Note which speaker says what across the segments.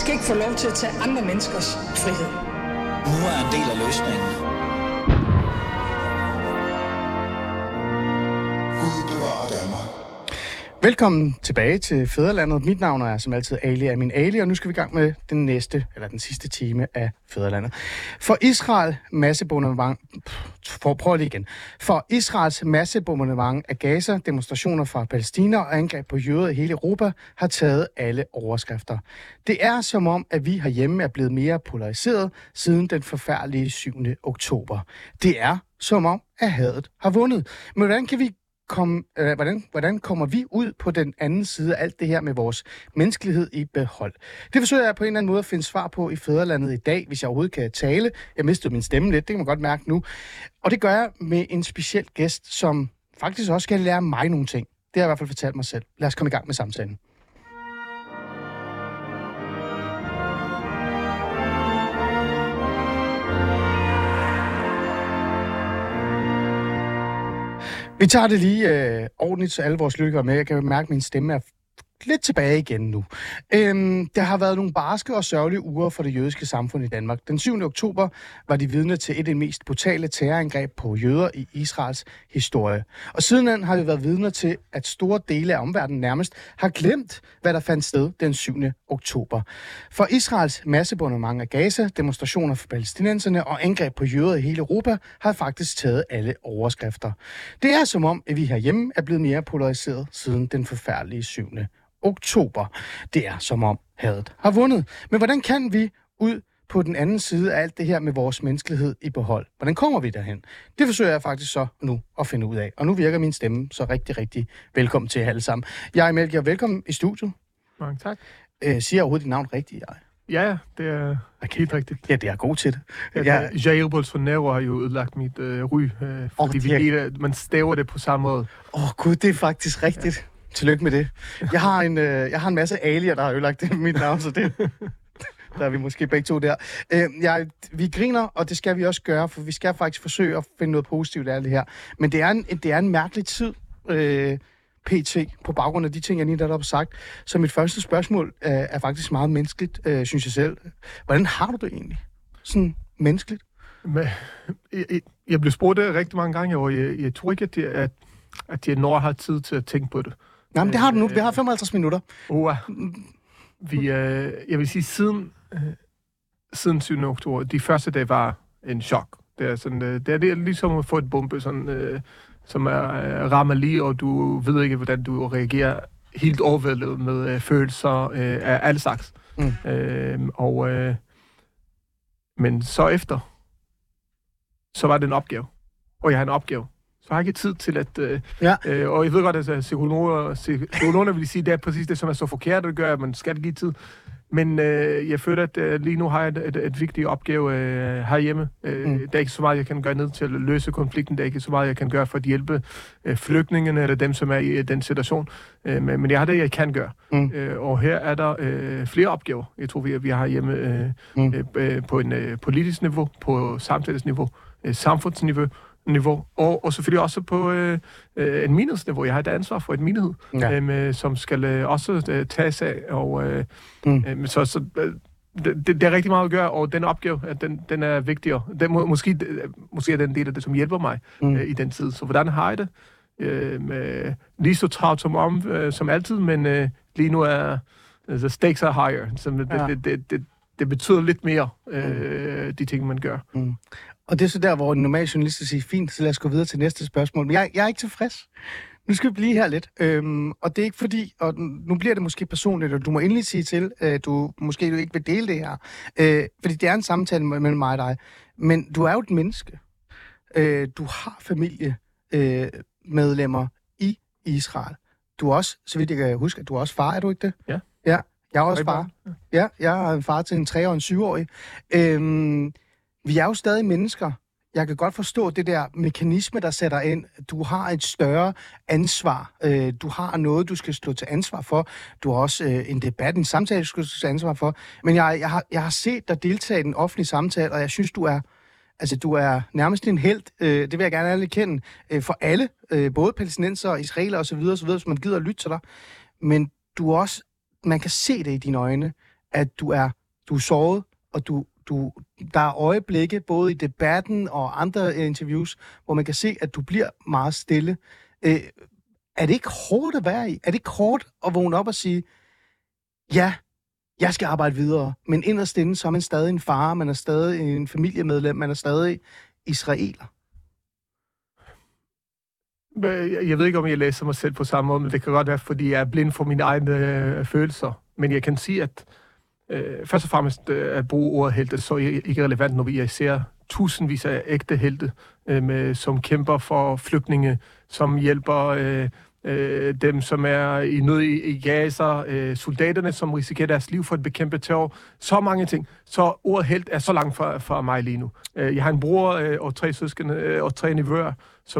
Speaker 1: skal ikke få lov til at tage andre menneskers frihed.
Speaker 2: Nu er en del af løsningen.
Speaker 3: Velkommen tilbage til Fædrelandet. Mit navn er som altid Ali Amin Ali, og nu skal vi i gang med den sidste time af Fædrelandet. For Israels massebombardement af Gaza, demonstrationer fra Palæstina og angreb på jøder i hele Europa har taget alle overskrifter. Det er som om, at vi herhjemme er blevet mere polariseret siden den forfærdelige 7. oktober. Det er som om, at hadet har vundet. Men hvordan kommer vi ud på den anden side af alt det her med vores menneskelighed i behold? Det forsøger jeg på en eller anden måde at finde svar på i Fædrelandet i dag, hvis jeg overhovedet kan tale. Jeg mistede min stemme lidt, det kan man godt mærke nu. Og det gør jeg med en speciel gæst, som faktisk også skal lære mig nogle ting. Det har jeg i hvert fald fortalt mig selv. Lad os komme i gang med samtalen. Vi tager det lige ordentligt, så alle vores lyttere med. Jeg kan mærke, at min stemme er lidt tilbage igen nu. Der har været nogle barske og sørgelige uger for det jødiske samfund i Danmark. Den 7. oktober var de vidne til et af de mest brutale terrorangreb på jøder i Israels historie. Og sidenhen har vi været vidner til, at store dele af omverdenen nærmest har glemt, hvad der fandt sted den 7. oktober. For Israels massebombardement af Gaza, demonstrationer for palæstinenserne og angreb på jøder i hele Europa har faktisk taget alle overskrifter. Det er som om, at vi herhjemme er blevet mere polariseret siden den forfærdelige 7. oktober. Det er som om hadet har vundet. Men hvordan kan vi ud på den anden side af alt det her med vores menneskelighed i behold? Hvordan kommer vi derhen? Det forsøger jeg faktisk så nu at finde ud af. Og nu virker min stemme så rigtig, rigtig velkommen til jer alle sammen. Jeg er Melchior, velkommen i studiet.
Speaker 4: Mange tak.
Speaker 3: Siger jeg overhovedet dit navn rigtigt, jeg?
Speaker 4: Ja, det er helt rigtigt.
Speaker 3: Ja, det er god til det.
Speaker 4: Jair Bolsonaro har jo ødelagt mit ry, fordi man staver det på samme måde.
Speaker 3: Gud, det er faktisk rigtigt. Ja. Tillykke med det. Jeg har en masse alier, der har ødelagt mit navn, så det... Der er vi måske begge to der. Vi griner, og det skal vi også gøre, for vi skal faktisk forsøge at finde noget positivt af det her. Men det er en mærkelig tid, PT, på baggrund af de ting, jeg lige har sagt. Så mit første spørgsmål er faktisk meget menneskeligt, synes jeg selv. Hvordan har du det egentlig? Sådan menneskeligt?
Speaker 4: Jeg blev spurgt det rigtig mange gange, og jeg tror ikke, at jeg når har tid til at tænke på det.
Speaker 3: Nej, men det har du nu. Vi har 55 minutter.
Speaker 4: Jeg vil sige, siden 7. oktober, de første dage var en chok. Det er ligesom at få et bombe, som rammer lige, og du ved ikke, hvordan du reagerer helt overvældet med følelser af alle slags. Men så efter, så var det en opgave. Og jeg har en opgave. Så har jeg ikke tid til at... og jeg ved godt, at psykologerne vil sige, at det er præcis det, som er så forkert, det gør, at man skal give tid. Men jeg føler, at lige nu har jeg et vigtigt opgave herhjemme. Der er ikke så meget, jeg kan gøre ned til at løse konflikten. Der er ikke så meget, jeg kan gøre for at hjælpe flygtningene, eller dem, som er i den situation. Men jeg har det, jeg kan gøre. Og her er der flere opgaver. Jeg tror, vi har hjemme på en politisk niveau, på samtalesniveau, samfundsniveau, og selvfølgelig også på en menighedsniveau. Jeg har et ansvar for et menighed, som skal også tages af. Og, så det er rigtig meget at gøre, og den opgave, den er vigtigere. Måske er den del af det, som hjælper mig i den tid. Så hvordan har jeg det? Lige så travlt som altid, men lige nu er the stakes are higher. Så det betyder lidt mere, de ting, man gør.
Speaker 3: Og det er så der, hvor en normal journalist siger, fint, så lad os gå videre til næste spørgsmål. Men jeg er ikke tilfreds. Nu skal vi blive her lidt. Og det er ikke fordi, og nu bliver det måske personligt, og du må endelig sige til, at du måske ikke vil dele det her. Fordi det er en samtale mellem mig og dig. Men du er jo et menneske. Du har familiemedlemmer i Israel. Du er også, så vidt jeg kan huske, at du er også far, er du ikke det?
Speaker 4: Ja.
Speaker 3: Ja, jeg er også far. Ja, jeg er en far til en 3- og en 7-årig. Vi er jo stadig mennesker. Jeg kan godt forstå det der mekanisme, der sætter ind. Du har et større ansvar. Du har noget, du skal stå til ansvar for. Du har også en debat, en samtale, du skal stå til ansvar for. Men jeg har set dig deltage i den offentlige samtale, og jeg synes, du er nærmest en helt. Det vil jeg gerne anerkende for alle, både palæstinenser og israelere osv., hvis man gider at lytte til dig. Men du også, man kan se det i dine øjne, at du er du er såret, og der er øjeblikke, både i debatten og andre interviews, hvor man kan se, at du bliver meget stille. Er det ikke hårdt at være i? Er det ikke hårdt at vågne op og sige, ja, jeg skal arbejde videre, men inderst inde, så er man stadig en far, man er stadig en familiemedlem, man er stadig israeler?
Speaker 4: Jeg ved ikke, om jeg læser mig selv på samme måde, men det kan godt være, fordi jeg er blind for mine egne følelser. Men jeg kan sige, at først og fremmest at bruge ordet helte, så er ikke relevant, når vi ser tusindvis af ægte helte, som kæmper for flygtninge, som hjælper dem, som er i nød i Gaza, soldaterne, som risikerer deres liv for at bekæmpe terror. Så mange ting. Så ordet helt er så langt fra mig lige nu. Jeg har en bror og 3 søskende og 3 nevøer,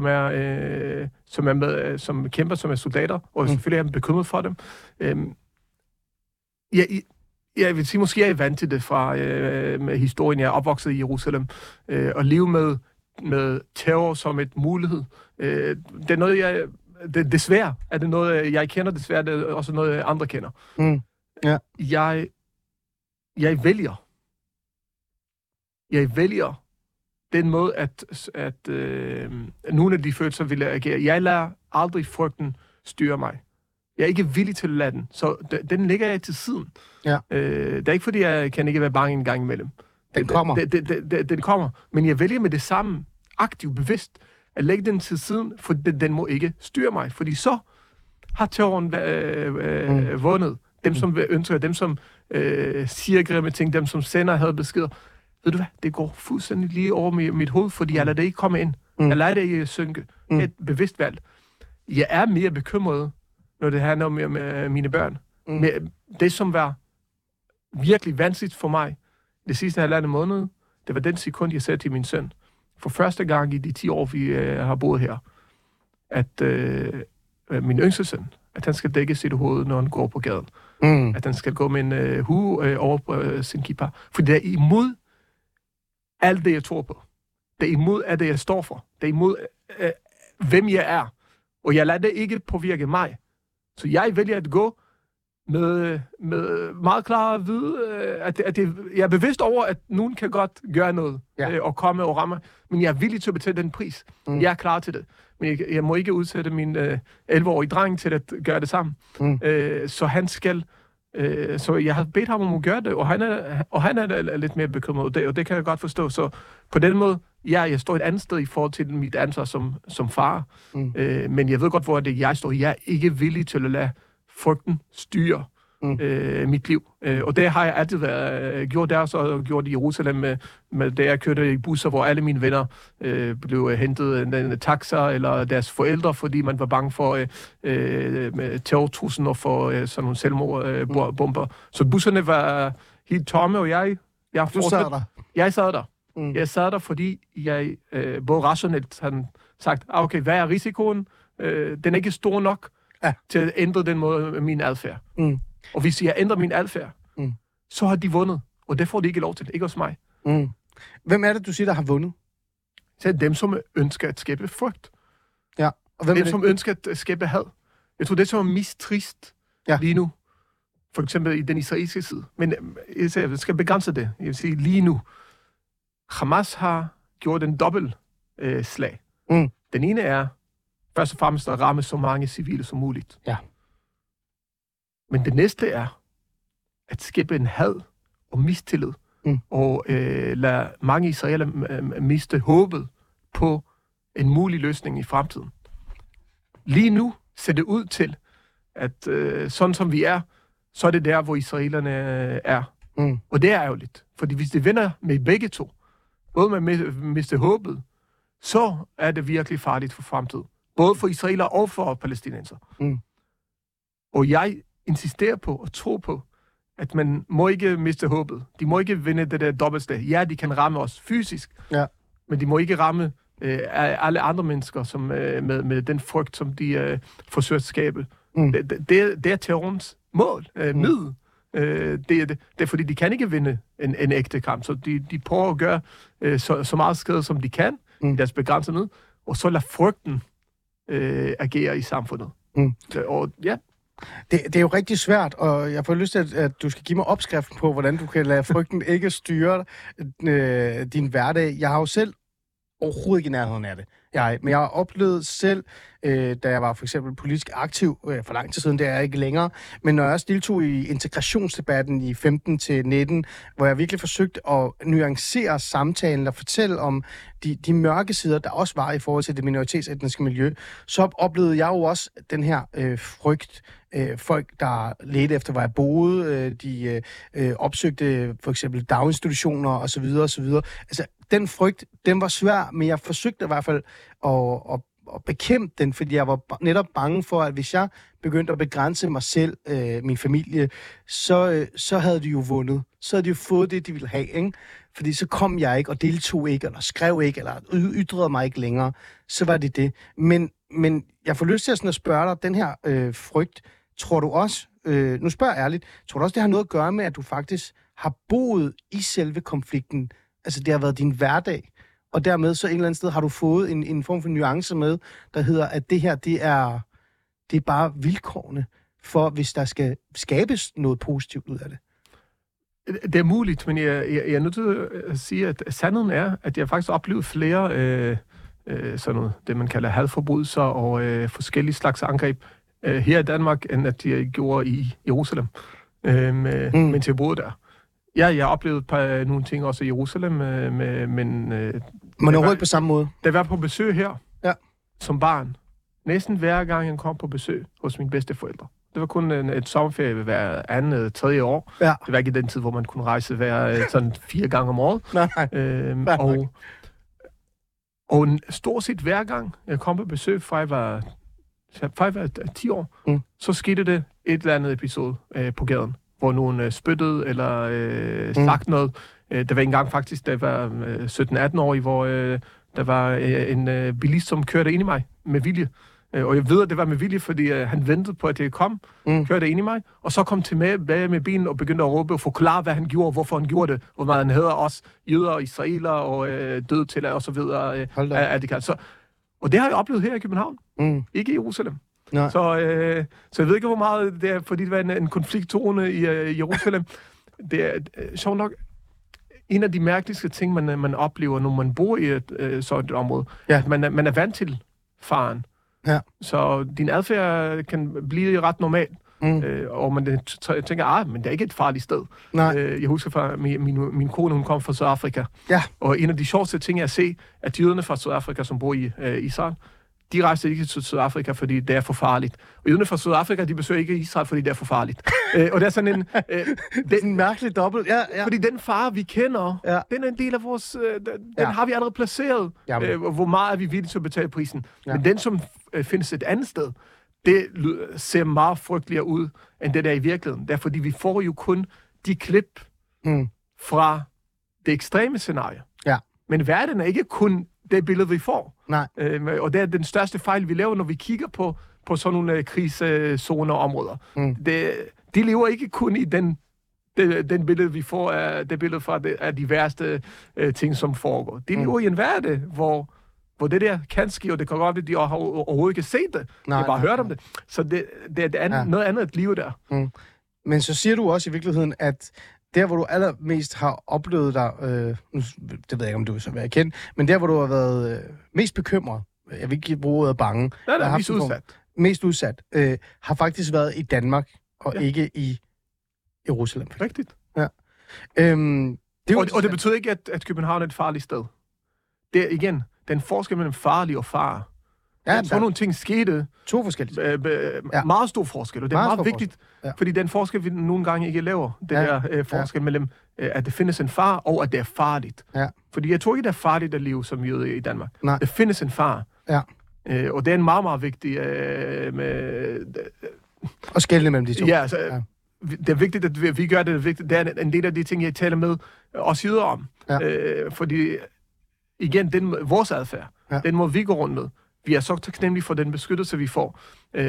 Speaker 4: som kæmper, som er soldater, og selvfølgelig er jeg bekymret for dem. Jeg vil sige, måske er jeg vant til det fra med historien. Jeg er opvokset i Jerusalem, og leve med terror som et mulighed. Det er noget, desværre er det noget, jeg kender, desværre er det også noget, andre kender.
Speaker 3: Ja.
Speaker 4: Jeg vælger den måde, at nogle af de følelser vil agere. Jeg lader aldrig frygten styre mig. Jeg er ikke villig til at lade den, så den ligger jeg til siden.
Speaker 3: Ja.
Speaker 4: Det er ikke, fordi jeg kan ikke være bange en gang imellem.
Speaker 3: Den kommer.
Speaker 4: Den kommer, men jeg vælger med det samme, aktivt, bevidst, at lægge den til siden, for den må ikke styre mig, fordi så har terroren vundet. Dem, som ønsker, dem, som siger grimme ting, dem, som sender hadbeskeder. Ved du hvad, det går fuldstændig lige over mit hoved, fordi jeg lader det ikke komme ind. Jeg lader det ikke synke. Et bevidst valg. Jeg er mere bekymret, når det handler om mine børn. Men det, som var virkelig vanskeligt for mig, det sidste halvandet måned, det var den sekund, jeg sagde til min søn, for første gang i de 10 år, vi har boet her, at min yngste søn, at han skal dække sit hoved, når han går på gaden. At han skal gå med en hue over sin kippa. For det er imod alt det, jeg tror på. Det er imod alt det, jeg står for. Det er imod, hvem jeg er. Og jeg lader det ikke påvirke mig. Så jeg vælger at gå med meget klar at vide, at jeg er bevidst over, at nogen kan godt gøre noget og komme og ramme, men jeg er villig til at betale den pris. Jeg er klar til det. Men jeg må ikke udsætte min 11-årige dreng til at gøre det samme. Så han skal... Så jeg har bedt ham om at gøre det, og han er lidt mere bekymret, og det kan jeg godt forstå. Så på den måde, jeg står et andet sted i forhold til mit ansvar som far. Men jeg ved godt, hvor det jeg står. Jeg er ikke villig til at lade frygten styre mit liv. Og det har jeg altid gjort der, så gjort i Jerusalem, med da jeg kørte i busser, hvor alle mine venner blev hentet en taxa eller deres forældre, fordi man var bange for terrortruslen og for sådan nogle selvmordbomber. Så busserne var helt tomme, og jeg sad der. Jeg sad der, fordi jeg både rationelt har sagt, okay, hvad er risikoen? Den er ikke stor nok til at ændre den måde min adfærd. Og hvis jeg ændrer min adfærd, så har de vundet. Og det får de ikke lov til. Ikke hos mig.
Speaker 3: Hvem er det, du siger, der har vundet?
Speaker 4: Så er det dem, som ønsker at skabe frygt.
Speaker 3: Ja. Og hvem
Speaker 4: dem, som ønsker at skabe had. Jeg tror, det som er mest trist lige nu. For eksempel i den israelske side. Men jeg skal begrænse det. Jeg vil sige lige nu. Hamas har gjort en dobbelt slag. Den ene er først og fremmest at ramme så mange civile som muligt.
Speaker 3: Ja.
Speaker 4: Men det næste er at skabe en had og mistillid, og lade mange israeler miste håbet på en mulig løsning i fremtiden. Lige nu ser det ud til, at sådan som vi er, så er det der, hvor israelerne er. Og det er ærgerligt, fordi hvis det vender med begge to, både med at miste håbet, så er det virkelig farligt for fremtiden. Både for israeler og for palæstinenser. Og jeg insisterer på og tro på, at man må ikke miste håbet. De må ikke vinde det der dobbeltslag. Ja, de kan ramme os fysisk, men de må ikke ramme alle andre mennesker som, med den frygt, som de forsøger at skabe. Det er terrorens mål, middel. Det er fordi, de kan ikke vinde en ægte kamp, så de prøver at gøre så meget skade, som de kan i deres begrænsede middel, og så lade frygten agere i samfundet. Og ja.
Speaker 3: Det er jo rigtig svært, og jeg får lyst til, at du skal give mig opskriften på, hvordan du kan lade frygten ikke styre din hverdag. Jeg har jo selv overhovedet ikke i nærheden af det. Men jeg har oplevet selv, da jeg var for eksempel politisk aktiv for lang tid siden, det er jeg ikke længere, men når jeg også deltog i integrationsdebatten i 15-19, hvor jeg virkelig forsøgte at nuancere samtalen og fortælle om de mørke sider, der også var i forhold til det minoritetsetniske miljø, så oplevede jeg jo også den her frygt. Folk, der ledte efter, hvor jeg boede, de opsøgte for eksempel daginstitutioner osv. osv. Altså, den frygt, den var svær, men jeg forsøgte i hvert fald at bekæmpe den, fordi jeg var netop bange for, at hvis jeg begyndte at begrænse mig selv, min familie, så havde de jo vundet. Så havde de jo fået det, de ville have, ikke? Fordi så kom jeg ikke og deltog ikke, eller skrev ikke, eller ytrede mig ikke længere. Så var det. Men jeg får lyst til at spørge dig, den her frygt, tror du også, nu spørger jeg ærligt, tror du også, det har noget at gøre med, at du faktisk har boet i selve konflikten? Altså, det har været din hverdag, og dermed så et eller andet sted har du fået en form for nuance med, der hedder, at det her, det er bare vilkårene for, hvis der skal skabes noget positivt ud af det.
Speaker 4: Det er muligt, men jeg er nødt til at sige, at sandheden er, at jeg faktisk har oplevet flere sådan noget, det man kalder hadforbrydelser og forskellige slags angreb her i Danmark, end at de gjorde i Jerusalem, mens jeg boede der. Ja, jeg har oplevet nogle ting også i Jerusalem, men...
Speaker 3: Man er ikke på samme måde.
Speaker 4: Da jeg var på besøg her, som barn, næsten hver gang jeg kom på besøg hos mine bedsteforældre. Det var kun et sommerferie hver andet, tredje år. Ja. Det var ikke i den tid, hvor man kunne rejse sådan 4 gange om året. Nej. Og stort set hver gang jeg kom på besøg, fra jeg var 10 år, så skete det et eller andet episode på gaden, hvor nogen spyttede eller sagt noget. Der var engang faktisk, da jeg var 17-18 år, hvor der var en bilist, som kørte ind i mig med vilje. Og jeg ved, at det var med vilje, fordi han ventede på, at jeg kom, kørte ind i mig, og så kom til med bilen og begyndte at råbe og forklare, hvad han gjorde, hvorfor han gjorde det, hvor meget han hedder os, jøder og israeler og døde til og så videre. Og det har jeg oplevet her i København, ikke i Jerusalem. Så jeg ved ikke, hvor meget det er, fordi det var en konfliktzone i Jerusalem. Det er sjovt nok en af de mærkeligste ting, man oplever, når man bor i sådan et område. Ja. Man er vant til faren. Ja. Så din adfærd kan blive ret normal. Og man tænker, men det er ikke et farligt sted. Jeg husker fra min kone, hun kom fra Sydafrika. Ja. Og en af de sjoveste ting er at se, at jøderne fra Sydafrika, som bor i Israel, de rejser ikke til Sydafrika, fordi det er for farligt. Og jøderne fra Sydafrika, de besøger ikke Israel, fordi det er for farligt. Og det er sådan en...
Speaker 3: det er en mærkelig dobbelt. Ja.
Speaker 4: Fordi den far, vi kender, den er en del af vores... Den har vi allerede placeret. Hvor meget er vi villige til at betale prisen. Ja. Men den, som findes et andet sted, det ser meget frygteligere ud, end det der i virkeligheden. Det er, fordi vi får jo kun de klip fra det ekstreme scenarie. Ja. Men verden er ikke kun det billede, vi får. Nej. Og det er den største fejl, vi laver, når vi kigger på sådan nogle krigszoner og områder. De lever ikke kun i den billede, vi får af det billede af de værste ting, som foregår. De lever i en verden, hvor det der kan ske, og det kan godt være, at de overhovedet ikke set det. Jeg har bare hørt om det. Så det er noget andet at leve der.
Speaker 3: Men så siger du også i virkeligheden, at der, hvor du allermest har oplevet dig, det ved jeg ikke, om du vil så være kendt, men der, hvor du har været mest bekymret, jeg vil ikke bruge ordet bange, mest udsat, har faktisk været i Danmark, og ikke i Jerusalem.
Speaker 4: Rigtigt.
Speaker 3: Ja.
Speaker 4: Og det betyder ikke, at København er et farligt sted. Det er igen, den forskel mellem farlig og far. Ja, sådan nogle ting skete.
Speaker 3: 2 forskellige.
Speaker 4: Meget stor forskel, og det er meget vigtigt, fordi den forskel, vi nogle gange ikke laver, det der forskel mellem, at det findes en far, og at det er farligt. Ja. Fordi jeg tror ikke, det er farligt at leve som jøde i Danmark. Nej. Det findes en far. Ja. Og det er en meget, meget vigtig...
Speaker 3: Og skelne mellem de to.
Speaker 4: Ja, altså, det er vigtigt, at vi gør det. Det er en del af de ting, jeg taler med os jøder om. Ja. Fordi, igen, vores adfærd, den må vi gå rundt med. Vi er så taknemmelige for den beskyttelse, vi får.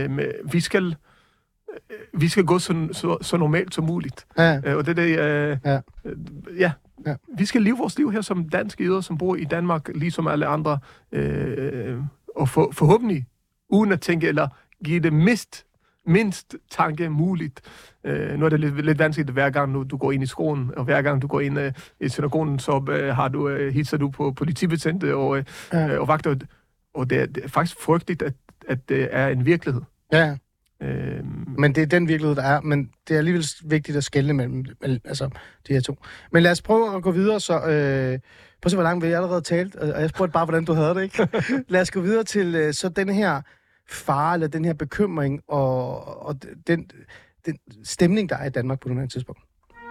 Speaker 4: Vi skal gå så normalt som muligt. Ja. Og det vi skal leve vores liv her som danske jøder, som bor i Danmark, ligesom alle andre. Og forhåbentlig, uden at tænke, eller give det mindst tanke muligt. Nu er det lidt vanskeligt, hver gang du går ind i skolen, og hver gang du går ind i synagogen, så hilser du på politibetjente og vagter. Og det er faktisk frygteligt, at det er en virkelighed.
Speaker 3: Ja. Men det er den virkelighed, der er. Men det er alligevel vigtigt at skelne mellem de her to. Men lad os prøve at gå videre, så... Prøv at se, hvor langt vi allerede talt, og jeg spurgte bare, hvordan du havde det, ikke? Lad os gå videre til så den her fare, eller den her bekymring, og den stemning, der er i Danmark på nogle tidspunkt.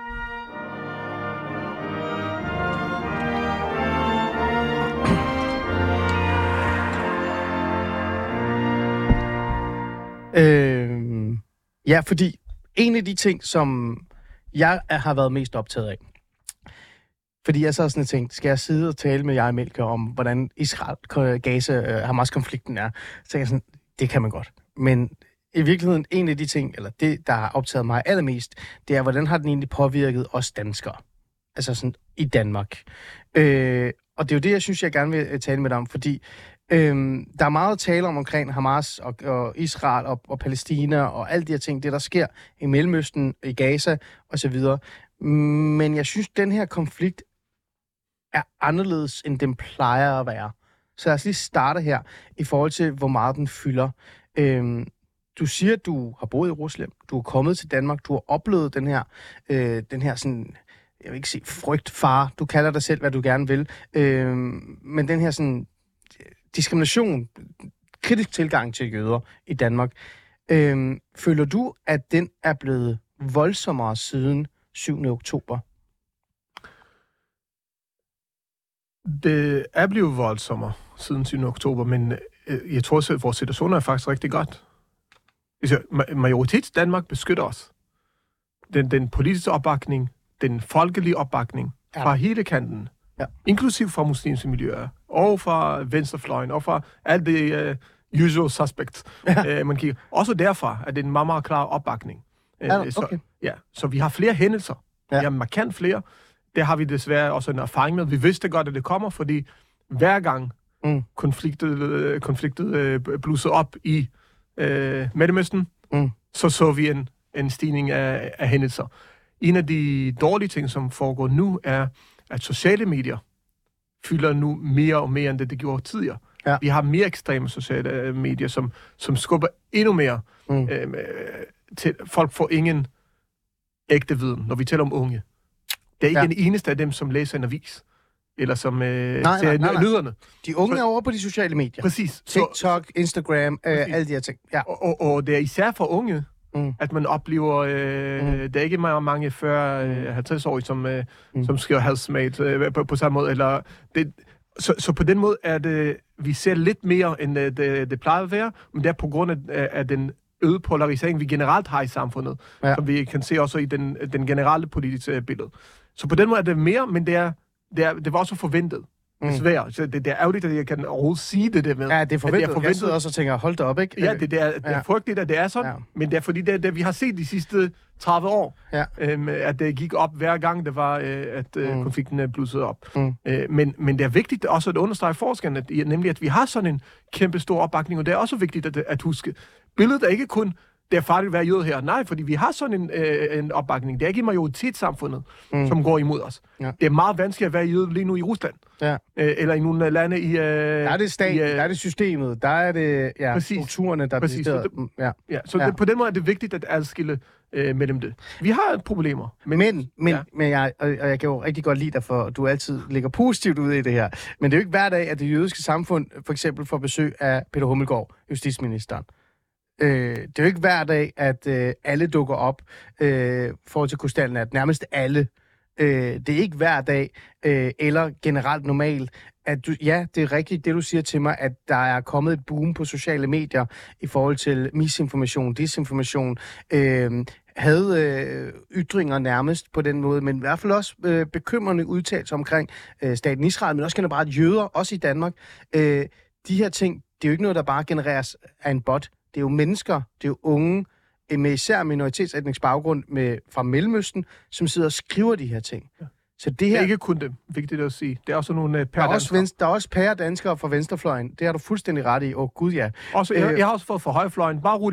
Speaker 3: Ja, fordi en af de ting, som jeg har været mest optaget af, fordi jeg så sådan tænkt, skal jeg sidde og tale med Jaja Melchior om, hvordan Israel, Gaza, Hamas-konflikten er? Så jeg sådan, det kan man godt. Men i virkeligheden, en af de ting, eller det, der har optaget mig allermest, det er, hvordan har den egentlig påvirket os danskere? Altså sådan i Danmark. Og det er jo det, jeg synes, jeg gerne vil tale med dig om, fordi der er meget tale omkring Hamas og Israel og Palæstina og alle de her ting, det der sker i Mellemøsten, i Gaza osv. Men jeg synes, den her konflikt er anderledes, end den plejer at være. Så lad os lige starte her i forhold til, hvor meget den fylder. Du siger, at du har boet i Jerusalem, du er kommet til Danmark, du har oplevet den her sådan, jeg vil ikke sige frygt, fare, du kalder dig selv, hvad du gerne vil, men den her sådan diskrimination, kritisk tilgang til jøder i Danmark. Føler du, at den er blevet voldsommere siden 7. oktober?
Speaker 4: Det er blevet voldsommere siden 7. oktober, men jeg tror, at vores situation er faktisk rigtig godt. Majoritets Danmark beskytter os. Den politiske opbakning, den folkelige opbakning fra hele kanten, inklusiv fra muslimske miljøer, og fra venstrefløjen, og fra alt det usual suspects, man kigger. Også derfra er det en meget, meget klar opbakning. Så vi har flere hændelser. Vi har markant flere. Der har vi desværre også en erfaring med. Vi vidste godt, at det kommer, fordi hver gang konfliktet blussede op i Mellemøsten, så vi en stigning af hændelser. En af de dårlige ting, som foregår nu, er, at sociale medier fylder nu mere og mere, end det gjorde tidligere. Ja. Vi har mere ekstreme sociale medier, som skubber endnu mere til folk får ingen ægte viden, når vi taler om unge. Det er ikke en eneste af dem, som læser en avis, eller som ser nyhederne.
Speaker 3: De unge er over på de sociale medier.
Speaker 4: Præcis.
Speaker 3: TikTok, Instagram, alle de her ting. Ja.
Speaker 4: Og det er især for unge, at man oplever, der er ikke mange før 50-årige, som skriver halsmate på samme måde. Eller så på den måde er det, vi ser lidt mere, end det plejer at være, men det er på grund af den øget polarisering, vi generelt har i samfundet, som vi kan se også i den generelle politiske billede. Så på den måde er det mere, men det var også forventet. Desværre. Så det er ærgerligt, at jeg kan overhovedet sige det der med.
Speaker 3: Ja, det er forventet. Jeg sidder også og tænker, hold da op, ikke?
Speaker 4: Ja, det er frygteligt, at det er sådan, men det er fordi, det vi har set de sidste 30 år, at det gik op hver gang, det var, at konflikten blussede op. Men det er vigtigt også at understrege forskellen, nemlig at vi har sådan en kæmpe stor opbakning, og det er også vigtigt at huske. Billedet er ikke kun, det er farligt at være jøde her. Nej, fordi vi har sådan en opbakning. Det er ikke i majoritetssamfundet, som går imod os. Ja. Det er meget vanskeligt at være jøde lige nu i Rusland. Ja. Eller i nogle lande i... der
Speaker 3: er det staten, der er det systemet, der er det strukturerne, der er decideret.
Speaker 4: Så på den måde er det vigtigt at adskille mellem det. Vi har problemer.
Speaker 3: Men jeg kan jo rigtig godt lide dig, for du altid ligger positivt ud i det her. Men det er jo ikke hver dag, at det jødiske samfund for eksempel får besøg af Peter Hummelgaard, justitsministeren. Det er jo ikke hver dag, at alle dukker op forhold til Krystalnat. Nærmest alle. Det er ikke hver dag, eller generelt normalt, at det er rigtigt, det du siger til mig, at der er kommet et boom på sociale medier i forhold til misinformation, disinformation, havde ytringer nærmest på den måde, men i hvert fald også bekymrende udtalelser omkring staten Israel, men også generelt jøder, også i Danmark. De her ting, det er jo ikke noget, der bare genereres af en bot. Det er jo mennesker, det er jo unge, med især minoritetsetnisk baggrund fra Mellemøsten, som sidder og skriver de her ting. Ja. Så det her...
Speaker 4: Det er ikke kun det, vigtigt at sige. Det er også nogle pæredanskere.
Speaker 3: Der er også pæredanskere fra venstrefløjen. Det har du fuldstændig ret i. Gud, ja.
Speaker 4: Jeg har også fået fra højrefløjen. Bare roligt.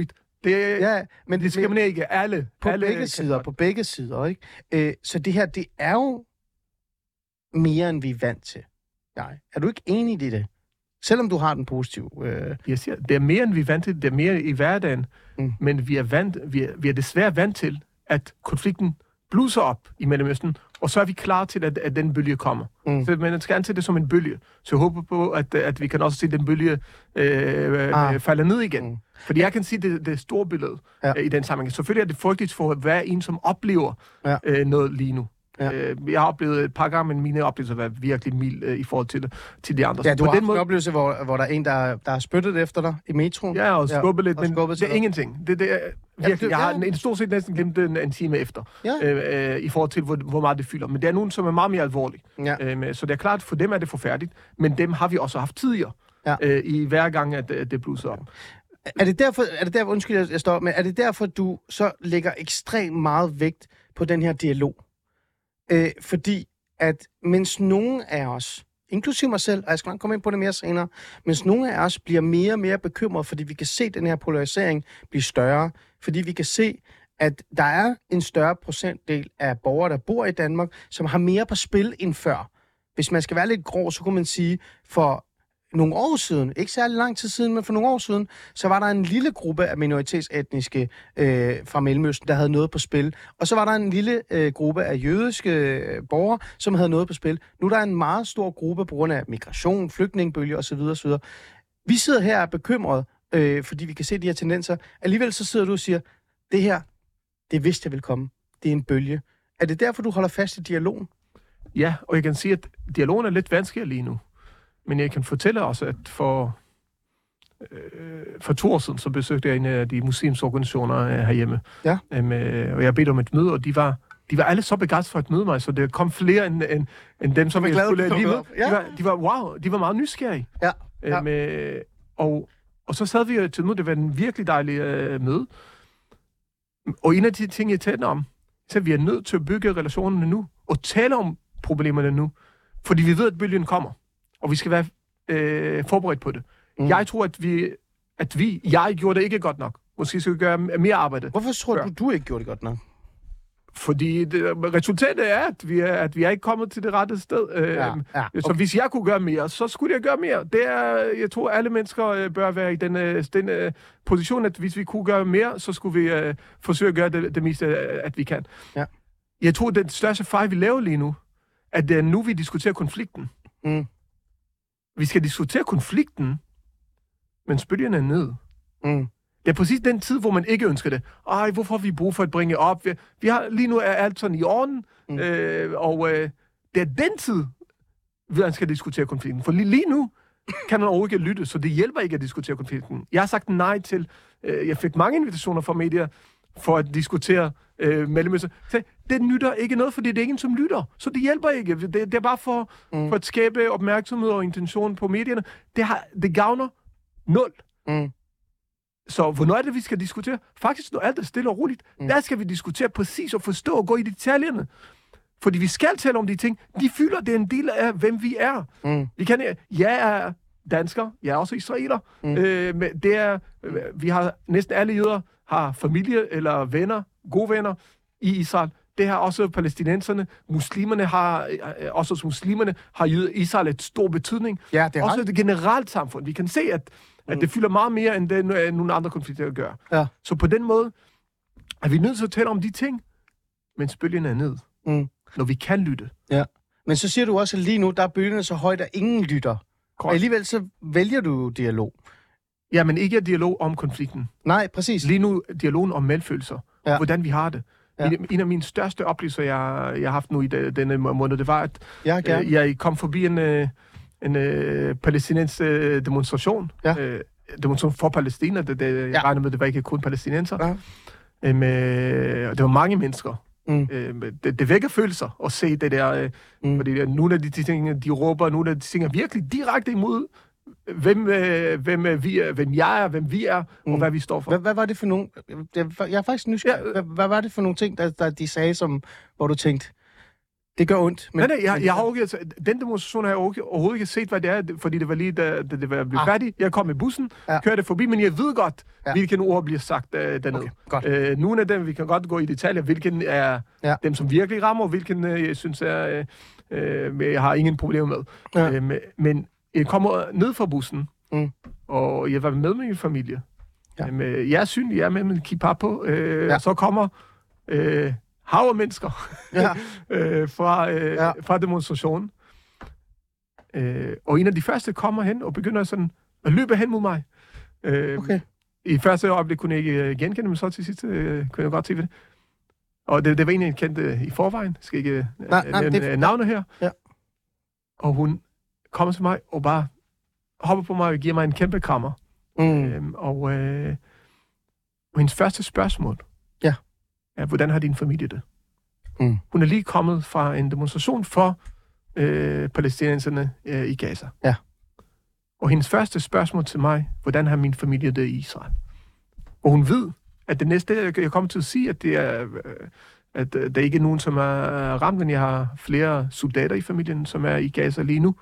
Speaker 4: Men diskriminerer ikke alle.
Speaker 3: På begge sider, ikke? Så det her, det er jo mere, end vi er vant til. Nej. Er du ikke enig i det? Selvom du har den positive...
Speaker 4: Jeg siger, det er mere, end vi er vant til. Det er mere i hverdagen. Men vi er desværre vant til, at konflikten bluser op i Mellemøsten, og så er vi klar til, at den bølge kommer. Så man skal anse det som en bølge. Så jeg håber på, at vi kan også se den bølge falde ned igen. Fordi jeg kan sige, det store billede i den sammenhæng. Selvfølgelig er det frygteligt for hver en, som oplever noget lige nu. Ja. Jeg har oplevet et par gange, men mine oplevelser har været virkelig mild i forhold til de andre.
Speaker 3: Ja, du har haft en oplevelse, hvor der er en, der har spyttet efter dig i metroen.
Speaker 4: Ja, og skubbet lidt, men det er ingenting. Det er virkelig, jeg har en stort set næsten glemt den en time efter, i forhold til, hvor meget det fylder. Men det er nogen, som er meget mere alvorlige. Ja. Så det er klart, for dem er det forfærdeligt, men dem har vi også haft tidligere, i hver gang, at det bluser op.
Speaker 3: Er det derfor, undskyld, jeg står med, er det derfor, du så lægger ekstremt meget vægt på den her dialog? Fordi at mens nogen af os, inklusive mig selv, og jeg skal nok komme ind på det mere senere, mens nogle af os bliver mere og mere bekymret, fordi vi kan se den her polarisering blive større, fordi vi kan se, at der er en større procentdel af borgere, der bor i Danmark, som har mere på spil end før. Hvis man skal være lidt grov, så kunne man sige, for nogle år siden, ikke særlig lang tid siden, men for nogle år siden, så var der en lille gruppe af minoritetsetniske fra Mellemøsten, der havde noget på spil. Og så var der en lille gruppe af jødiske borgere, som havde noget på spil. Nu er der en meget stor gruppe på grund af migration, flygtningebølge osv. osv. Vi sidder her og er bekymrede, fordi vi kan se de her tendenser. Alligevel så sidder du og siger, det her, det vidste jeg ville komme. Det er en bølge. Er det derfor, du holder fast i dialogen?
Speaker 4: Ja, og jeg kan sige, at dialogen er lidt vanskeligere lige nu. Men jeg kan fortælle også, at for 2 år siden, så besøgte jeg en af de muslimske organisationer herhjemme. Ja. Og jeg bedte om et møde, og de var alle så begejstrede for at møde mig, så der kom flere end dem, som jeg skulle lige møde. De var meget nysgerrige. Ja. Og så sad vi til møde, det var en virkelig dejlig møde. Og en af de ting, jeg talte om, så vi er nødt til at bygge relationerne nu, og tale om problemerne nu, fordi vi ved, at bølgen kommer. Og vi skal være forberedt på det. Jeg tror, jeg gjorde det ikke godt nok. Måske skal vi gøre mere arbejde.
Speaker 3: Hvorfor tror du ikke gjorde det godt nok?
Speaker 4: Fordi resultatet er, at vi er ikke kommet til det rette sted. Okay. Så hvis jeg kunne gøre mere, så skulle jeg gøre mere. Jeg tror, alle mennesker bør være i den position, at hvis vi kunne gøre mere, så skulle vi forsøge at gøre det meste, at vi kan. Ja. Jeg tror, den største fejl, vi laver lige nu, at det er nu, vi diskuterer konflikten. Vi skal diskutere konflikten, men bølgen er ned. Det er præcis den tid, hvor man ikke ønsker det. Hvorfor har vi brug for at bringe op? Lige nu er alt sådan i orden, og det er den tid, man skal diskutere konflikten. For lige nu kan man overhovedet ikke lytte, så det hjælper ikke at diskutere konflikten. Jeg har sagt nej til, jeg fik mange invitationer fra medier for at diskutere Mellemøsten. Det nytter ikke noget, fordi det er ingen, som lytter. Så det hjælper ikke. Det er bare for at skabe opmærksomhed og intention på medierne. Det gavner 0. Så hvornår er det, vi skal diskutere? Faktisk, når alt er stille og roligt, der skal vi diskutere præcis og forstå og gå i detaljerne. Fordi vi skal tale om de ting. De fylder, det er en del af, hvem vi er. Jeg er dansker, jeg er også israeler. Vi har næsten alle jøder har familie eller venner, gode venner i Israel. Det har også palæstinenserne. Muslimerne har Israel et stor betydning. Ja, det også det generelt samfund. Vi kan se, at det fylder meget mere, end det nogle andre konflikter gør. Ja. Så på den måde er vi nødt til at tale om de ting, mens bølgen er ned. Når vi kan lytte.
Speaker 3: Ja. Men så siger du også, at lige nu, der er bølgerne så højt, at ingen lytter. Og alligevel så vælger du dialog.
Speaker 4: Ja, men ikke dialog om konflikten.
Speaker 3: Nej, præcis.
Speaker 4: Lige nu dialogen om medfølelser. Ja. Hvordan vi har det. Ja. En af mine største oplevelser, jeg har haft nu i denne måned, det var, at jeg kom forbi en palæstinensk demonstration. Ja. Demonstration for Palæstina. Jeg regner med, det var ikke kun palæstinenser. Ja. Det var mange mennesker. Det vækker følelser at se det der. Fordi nogle af de ting, de råber, nogle af de ting er virkelig direkte imod hvem jeg er, hvem vi er, og hvad vi står for.
Speaker 3: Hvad var det for nogle... Jeg er faktisk nysgerrig. Hvad var det for nogle ting, der de sagde, hvor du tænkte, Det gør ondt.
Speaker 4: Men jeg har ikke, den demonstration har jeg overhovedet ikke set, hvad det er, fordi det var lige, da det var blevet færdigt. Jeg kom med bussen, kørte forbi, men jeg ved godt, hvilken ord bliver sagt dernede. Okay, nogle af dem, vi kan godt gå i detaljer, hvilken er dem, som virkelig rammer, hvilken jeg synes er, jeg har ingen problemer med. Ja. Men jeg kommer ned fra bussen, og jeg var med min familie. Ja. Jeg er synlig, jeg er med min kipap på, og så kommer hav af mennesker fra demonstrationen. Og en af de første kommer hen og begynder sådan at løbe hen mod mig. Okay. I første øjeblik kunne jeg ikke genkende, men så til sidst kunne jeg godt se det. Og det var en, jeg kendte i forvejen. Jeg skal ikke nævne navnet her. Ja. Og hun kommer til mig og bare hopper på mig og giver mig en kæmpe krammer. Og hendes første spørgsmål er, hvordan har din familie det? Hun er lige kommet fra en demonstration for palæstinenserne i Gaza. Ja. Og hendes første spørgsmål til mig, hvordan har min familie det i Israel? Og hun ved, at det næste, jeg kommer til at sige, at det er, at der ikke er nogen, som er ramt, men jeg har flere soldater i familien, som er i Gaza lige nu.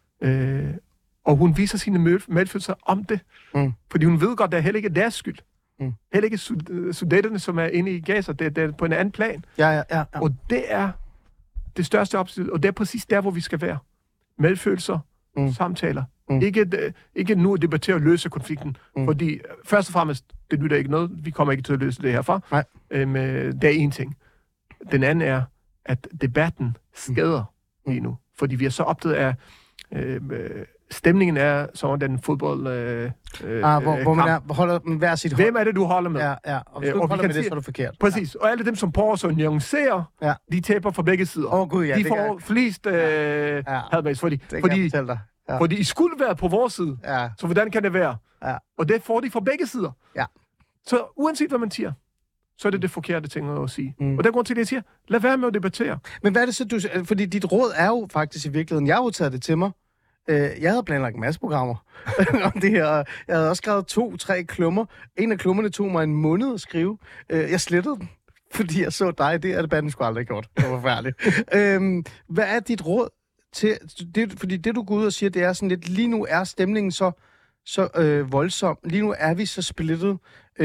Speaker 4: Og hun viser sine medfølelser om det. Fordi hun ved godt, at det er heller ikke deres skyld. Heller ikke soldaterne, som er inde i Gaza. Det er på en anden plan. Ja. Og det er det største opstilling, og det er præcis der, hvor vi skal være. Medfølelser, samtaler. Ikke nu at debattere og løse konflikten, fordi først og fremmest, det lyder ikke noget. Vi kommer ikke til at løse det herfra. Det er en ting. Den anden er, at debatten skader lige nu. Fordi vi er så optaget af stemningen er som den fodbold
Speaker 3: hvor man holder hver sit hold.
Speaker 4: Hvem er det, du holder med?
Speaker 3: Ja. Og hvis du holder med det, så er du forkert.
Speaker 4: Præcis. Og alle dem, som prøver at nuancere, de taber fra begge sider. De får flest hadbase, fordi I skulle være på vores side. Ja. Så hvordan kan det være? Ja. Og det får de fra begge sider. Ja. Så uanset hvad man siger, så er det forkerte ting at sige. Og der grund til det, jeg siger, lad være med at debattere.
Speaker 3: Men hvad er det så, fordi dit råd er jo faktisk i virkeligheden, jeg har jo taget det til mig. Jeg havde planlagt en masse programmer om det her. Jeg havde også skrevet 2-3 klummer. En af klummerne tog mig en måned at skrive. Jeg slettede den, fordi jeg så dig. Det er debatten sgu aldrig gjort. Det var forfærdeligt. Hvad er dit råd til det? Fordi det, du går ud og siger, det er sådan lidt, lige nu er stemningen så voldsom. Lige nu er vi så splittet.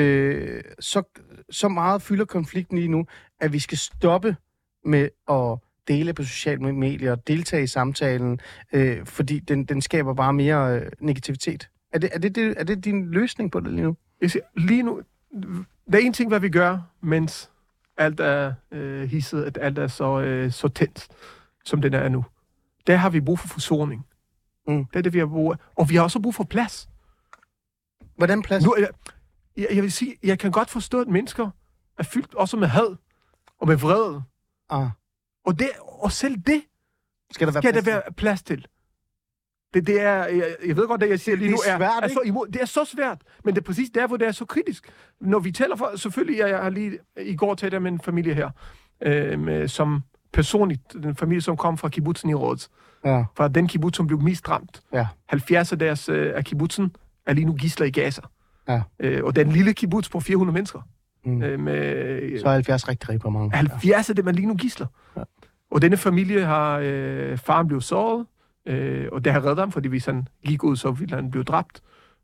Speaker 3: Så meget fylder konflikten lige nu, at vi skal stoppe med at dele på sociale medier, deltage i samtalen, fordi den skaber bare mere negativitet. Er det din løsning på det lige nu?
Speaker 4: Jeg siger, lige nu, der er en ting, hvad vi gør, mens alt er hisset, at alt er så tæt, som den er nu. Der har vi brug for forsoning. Det er det, vi har brug for. Og vi har også brug for plads.
Speaker 3: Hvordan plads?
Speaker 4: Nu, jeg vil sige, jeg kan godt forstå, at mennesker er fyldt også med had og med vrede. Og selv det skal der være plads til. Det er, jeg ved godt, det jeg siger lige nu er så imod. Det er så svært, men det er præcis der, hvor det er så kritisk. Når vi taler for, selvfølgelig, jeg har lige i går talt med en familie her, som personligt, den familie, som kom fra kibbutzen i Rhodes. Ja. Fra den kibbutz, som blev mest ramt. Ja. 70 af kibbutzen er lige nu gidsler i Gaza. Ja. Og den lille kibbutz på 400 mennesker.
Speaker 3: Så er 70 rigtig på mange.
Speaker 4: 70 af dem er lige nu gidsler. Ja. Og denne familie har faren blev såret, og det har reddet ham, fordi hvis han gik ud, så ville han blive dræbt.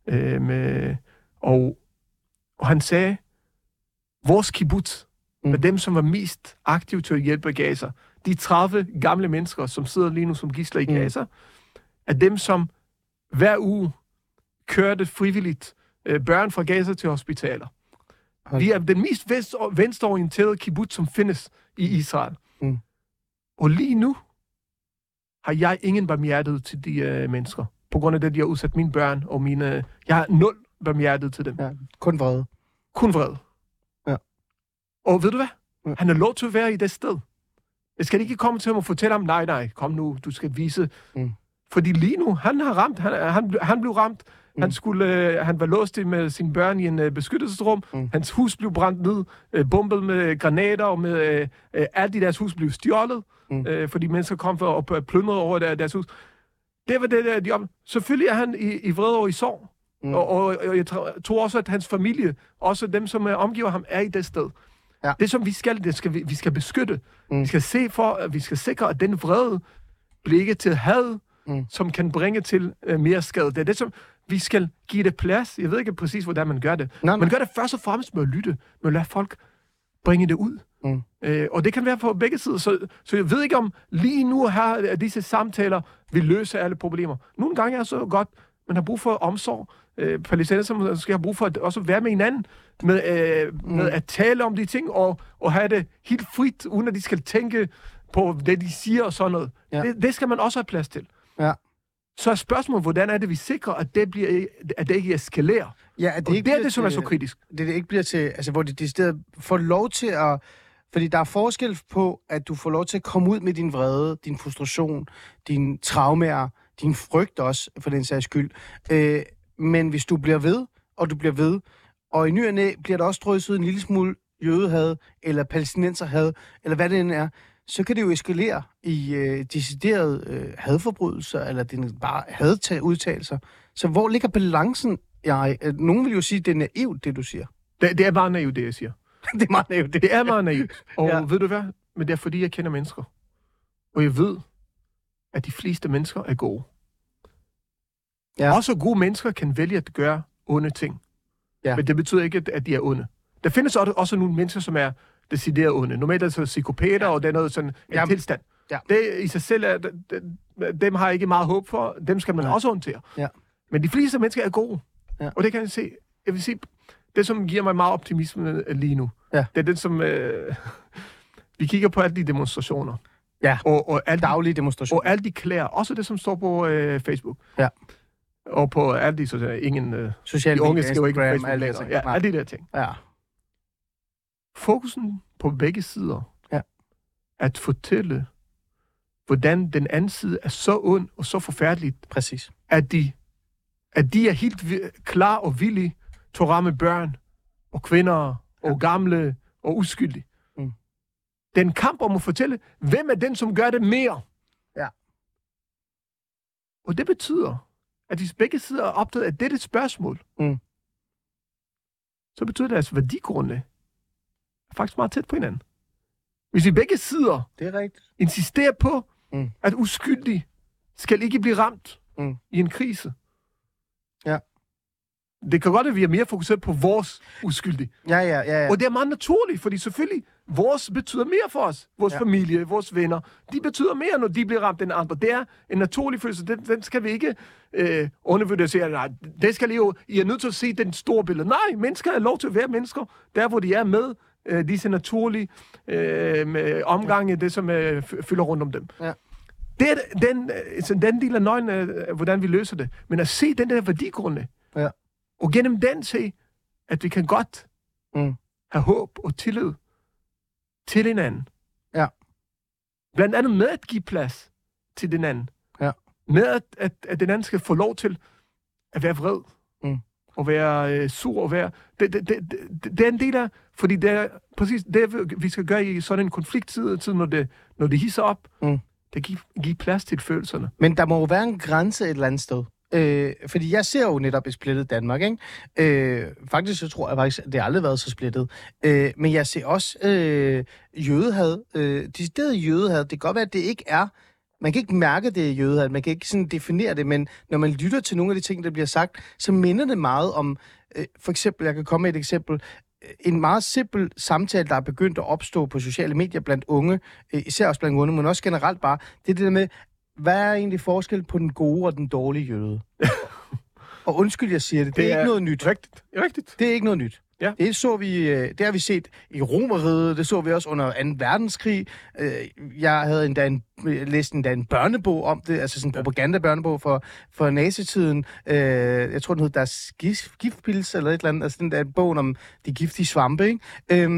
Speaker 4: Og han sagde, vores kibbutz, med dem, som var mest aktive til at hjælpe Gaza, de 30 gamle mennesker, som sidder lige nu som gidsler i Gaza, er dem, som hver uge kørte frivilligt børn fra Gaza til hospitaler. Vi er den mest venstreorienterede kibbutz, som findes i Israel. Og lige nu har jeg ingen barmhjertighed til de mennesker. På grund af det, de har udsat mine børn og mine... Jeg har 0 barmhjertighed til dem.
Speaker 3: Ja, kun vrede.
Speaker 4: Kun vrede. Ja. Og ved du hvad? Ja. Han er lov til at være i det sted. Jeg skal ikke komme til ham og fortælle ham, nej, kom nu, du skal vise... Fordi lige nu, han har ramt, han blev ramt. Han var låst med sine børn i en beskyttelsesrum. Hans hus blev brændt ned, bombet med granater, og med alt i deres hus blev stjålet, fordi mennesker kom for og plyndrede over deres hus. Det var det, de om. Selvfølgelig er han i vrede og i sorg. Og jeg tror også, at hans familie, også dem, som omgiver ham, er i det sted.
Speaker 3: Ja.
Speaker 4: Det, som vi skal beskytte. Vi skal vi skal sikre, at den vrede bliver ikke til had, som kan bringe til mere skade. Det er det, som vi skal give det plads. Jeg ved ikke præcis, hvordan man gør det. Man gør det først og fremmest med at lytte, med at lade folk bringe det ud. Og det kan være på begge sider. Så jeg ved ikke, om lige nu her disse samtaler vil løse alle problemer. Nogle gange er det så godt, man har brug for omsorg. Palæstinenser skal have brug for at også være med hinanden, med at tale om de ting, og have det helt frit, uden at de skal tænke på det, de siger og sådan noget. Ja. Det skal man også have plads til. Ja. Så er spørgsmålet, hvordan er det, vi sikrer, at det ikke eskalerer? Ja, at det er det, som er så kritisk.
Speaker 3: Det ikke bliver til, altså hvor det stedet får lov til at... Fordi der er forskel på, at du får lov til at komme ud med din vrede, din frustration, dine traumer, din frygt også, for den sags skyld. Men hvis du bliver ved, og i ny og næ bliver der også drøset en lille smule jødehad, eller palæstinenserhad, eller hvad det end er, så kan det jo eskalere i deciderede hadforbrydelser, eller bare hadudtalelser. Så hvor ligger balancen? Nogen vil jo sige, at det er naivt, det du siger.
Speaker 4: Det er bare naivt, det jeg siger.
Speaker 3: Det er meget naivt.
Speaker 4: Det er meget naivt. Og ved du hvad? Men det er fordi, jeg kender mennesker. Og jeg ved, at de fleste mennesker er gode. Ja. Også gode mennesker kan vælge at gøre onde ting. Ja. Men det betyder ikke, at de er onde. Der findes også nogle mennesker, som er decideret onde. Normalt er det så psykopater, og det er noget sådan en tilstand. Ja. Det i sig selv dem har jeg ikke meget håb for. Dem skal man også håndtere. Ja. Men de fleste mennesker er gode. Ja. Og det kan jeg se. Jeg vil sige, det som giver mig meget optimisme lige nu, det er det, som... vi kigger på alle de demonstrationer.
Speaker 3: Ja,
Speaker 4: og
Speaker 3: daglige demonstrationer.
Speaker 4: Og alle de klæder. Også det, som står på Facebook. Ja. Og på alle de
Speaker 3: sociale
Speaker 4: medier, Instagram, alle de der ting. Ja. Fokusen på begge sider at fortælle, hvordan den anden side er så ond og så forfærdeligt.
Speaker 3: Præcis.
Speaker 4: At de er helt klar og villige til at ramme børn og kvinder og gamle og uskyldige. Den kamp om at fortælle, hvem er den, som gør det mere. Ja. Og det betyder, at hvis begge sider er optaget af dette spørgsmål, så betyder det, at værdigrundene er faktisk meget tæt på hinanden. Hvis vi begge sider insisterer på, at uskyldige skal ikke blive ramt i en krise. Ja. Det kan godt være, at vi er mere fokuseret på vores uskyldige. Ja. Og det er meget naturligt, fordi selvfølgelig, vores betyder mere for os. Vores familie, vores venner, de betyder mere, når de bliver ramt end andre. Det er en naturlig følelse. Den skal vi ikke undervurdere. Nej, det skal I er nødt til at se den store billede. Nej, mennesker er lov til at være mennesker, der hvor de er med disse naturlige omgange, det som fylder rundt om dem. Ja. Det er den del af nøglen, hvordan vi løser det. Men at se den der værdigrunde, og gennem den se, at vi kan godt have håb og tillid til hinanden. Ja. Blandt andet med at give plads til den anden. Ja. Med at den anden skal få lov til at være vred. Og være sur og være... Det er en del af... Fordi det er præcis det, vi skal gøre i sådan en konflikttid, når det hisser op. Det giver plads til følelserne.
Speaker 3: Men der må jo være en grænse et eller andet sted. Fordi jeg ser jo netop et splittet Danmark, ikke? Faktisk så tror jeg faktisk, at det aldrig har været så splittet. Men jeg ser også jødehad. Decideret jødehad. Det kan godt være, at det ikke er... Man kan ikke mærke, det er jødehad. Man kan ikke sådan definere det, men når man lytter til nogle af de ting, der bliver sagt, så minder det meget om... for eksempel, jeg kan komme med et eksempel. En meget simpel samtale, der er begyndt at opstå på sociale medier blandt unge, især også blandt unge, men også generelt bare, det er det der med, hvad er egentlig forskel på den gode og den dårlige jøde? Og undskyld, jeg siger det, det er ikke noget nyt.
Speaker 4: Rigtigt.
Speaker 3: Det er ikke noget nyt. Ja. Det har vi set i Romerriget, det så vi også under 2. verdenskrig. Jeg havde læst en børnebog om det, altså sådan en propagandabørnebog for nazitiden. Jeg tror, den hed Der giftpils eller et eller andet, altså den der bog om de giftige svampe, ikke?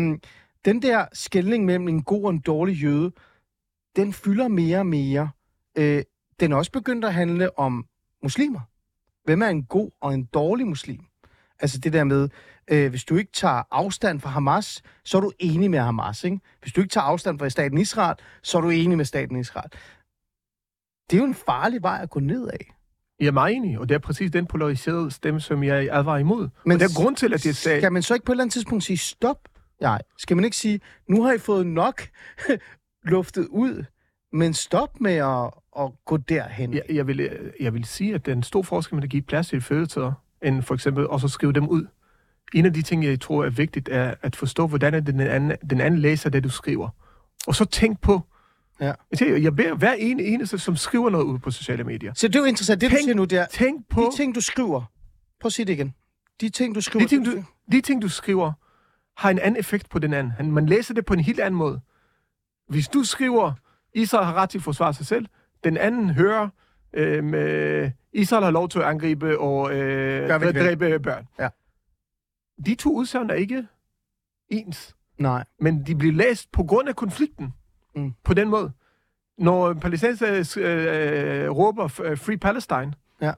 Speaker 3: Den der skelning mellem en god og en dårlig jøde, den fylder mere og mere. Den er også begyndt at handle om muslimer. Hvem er en god og en dårlig muslim? Altså det der med, hvis du ikke tager afstand fra Hamas, så er du enig med Hamas, ikke? Hvis du ikke tager afstand fra staten Israel, så er du enig med staten Israel. Det er jo en farlig vej at gå ned af.
Speaker 4: Jeg er meget enig, og det er præcis den polariserede stemme, som jeg advarer imod. Men det er grund til, at jeg sagde...
Speaker 3: Skal man så ikke på et eller andet tidspunkt sige stop? Nej. Skal man ikke sige, nu har I fået nok luftet ud, men stop med at gå derhen?
Speaker 4: Jeg vil sige, at det er en stor forskel med at give plads til følelser, end for eksempel også skrive dem ud. En af de ting, jeg tror er vigtigt, er at forstå, hvordan er den anden læser det, du skriver. Og så tænk på, jeg beder hver eneste, som skriver noget ud på sociale medier.
Speaker 3: Så det er jo interessant, det du siger nu, det er,
Speaker 4: tænk på,
Speaker 3: de ting, du skriver, prøv at sige det igen. De ting, du skriver,
Speaker 4: har en anden effekt på den anden. Man læser det på en helt anden måde. Hvis du skriver, Israel har ret til at forsvare sig selv, den anden hører, Israel har lov til at angribe og dræbe børn. Ja. De to udsagn er ikke ens.
Speaker 3: Nej.
Speaker 4: Men de bliver læst på grund af konflikten. På den måde. Når palæstinensere råber Free Palestine,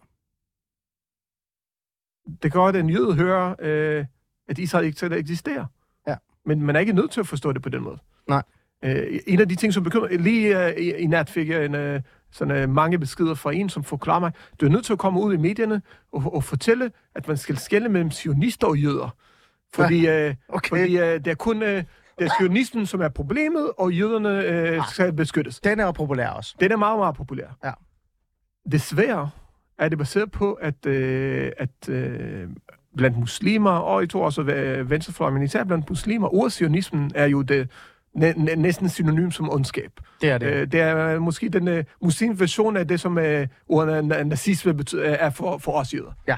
Speaker 4: det gør, at en jøde hører, at Israel ikke eksisterer. Ja. Men man er ikke nødt til at forstå det på den måde.
Speaker 3: Nej.
Speaker 4: En af de ting, som bekymrer... Lige i nat fik jeg mange beskeder fra en, som forklarer mig, du er nødt til at komme ud i medierne og fortælle, at man skal skelne mellem sionister og jøder. Fordi, fordi det er kun... det er sionismen, som er problemet, og jøderne skal beskyttes.
Speaker 3: Den er jo populær også.
Speaker 4: Den er meget, meget populær.
Speaker 3: Ja.
Speaker 4: Desværre er det baseret på, at blandt muslimer, og jeg tror også venstrefløj, men især blandt muslimer, ordsionismen er jo det næsten synonym som ondskab.
Speaker 3: Det er det.
Speaker 4: Det er måske den muslimske version af det, som ordet nazisme er for os jøder.
Speaker 3: Ja.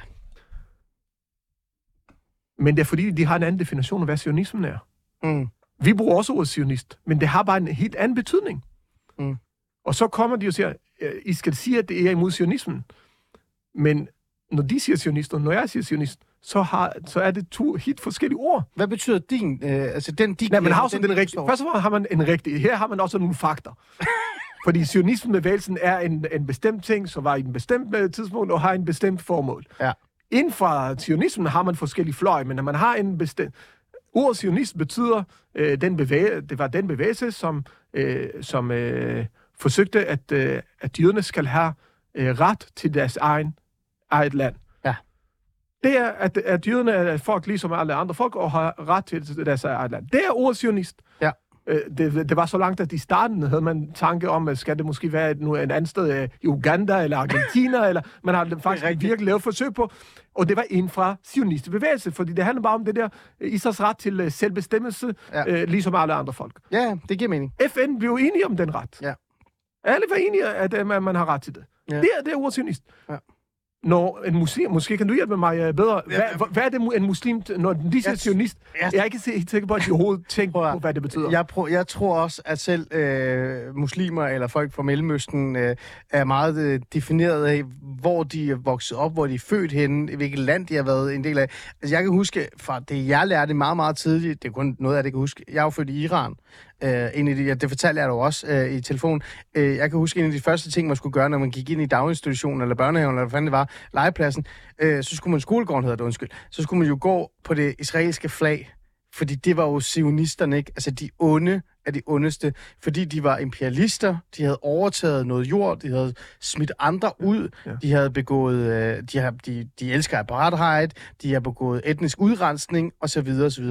Speaker 4: Men det er fordi, de har en anden definition af, hvad sionismen er. Vi bruger også ordet sionist, men det har bare en helt anden betydning. Og så kommer de og siger, I skal sige, at det er imod sionismen. Men når de siger sionist, og når jeg siger sionist, så er det to helt forskellige ord.
Speaker 3: Hvad betyder din?
Speaker 4: Man har også den rigtige. Først og fremmest har man en rigtig. Her har man også nogle fakta. Fordi sionismebevægelsen er en bestemt ting, som var i en bestemt tidspunkt, og har en bestemt formål. Ja. Inden for sionismen har man forskellige fløje, men når man har en bestemt... Ordet sionist betyder, det var den bevægelse, som forsøgte, at jøderne skal have ret til deres eget land. Ja. Det er, at jøderne er folk ligesom alle andre folk, og har ret til deres eget land. Det er ordet sionist. Ja. Det var så langt, at i starten havde man tanke om, at skal det måske være et andet sted i Uganda eller Argentina, eller man har faktisk virkelig lavet forsøg på. Og det var inden fra sionistbevægelse, fordi det handler bare om det der Israels ret til selvbestemmelse, ligesom alle andre folk.
Speaker 3: Ja, det giver mening.
Speaker 4: FN blev enige om den ret. Ja. Alle var enige, at man har ret til det. Ja. Det er ordet sionist. Ja. Når en muslim, måske kan du hjælpe mig bedre, hvad er det en muslim, når de siger sionist? Jeg er ikke helt sikker på, at de overhovedet tænker på, hvad det betyder.
Speaker 3: Jeg tror også, at selv muslimer eller folk fra Mellemøsten er meget defineret af, hvor de er vokset op, hvor de er født henne, hvilket land de har været en del af. Altså, jeg kan huske, fra det jeg lærte meget, meget tidligt, det er kun noget af det, jeg kan huske. Jeg er jo født i Iran. Det fortalte jeg jo også i telefon. Jeg kan huske, en af de første ting, man skulle gøre, når man gik ind i daginstitutionen eller børnehaven, eller hvad fanden det var, legepladsen, så skulle man, skolegården hedder det, undskyld, så skulle man jo gå på det israelske flag, fordi det var jo sionisterne, ikke? Altså de onde af de ondeste, fordi de var imperialister, de havde overtaget noget jord, de havde smidt andre ud, de havde begået, de elsker apartheid, de har begået etnisk udrensning, osv. osv.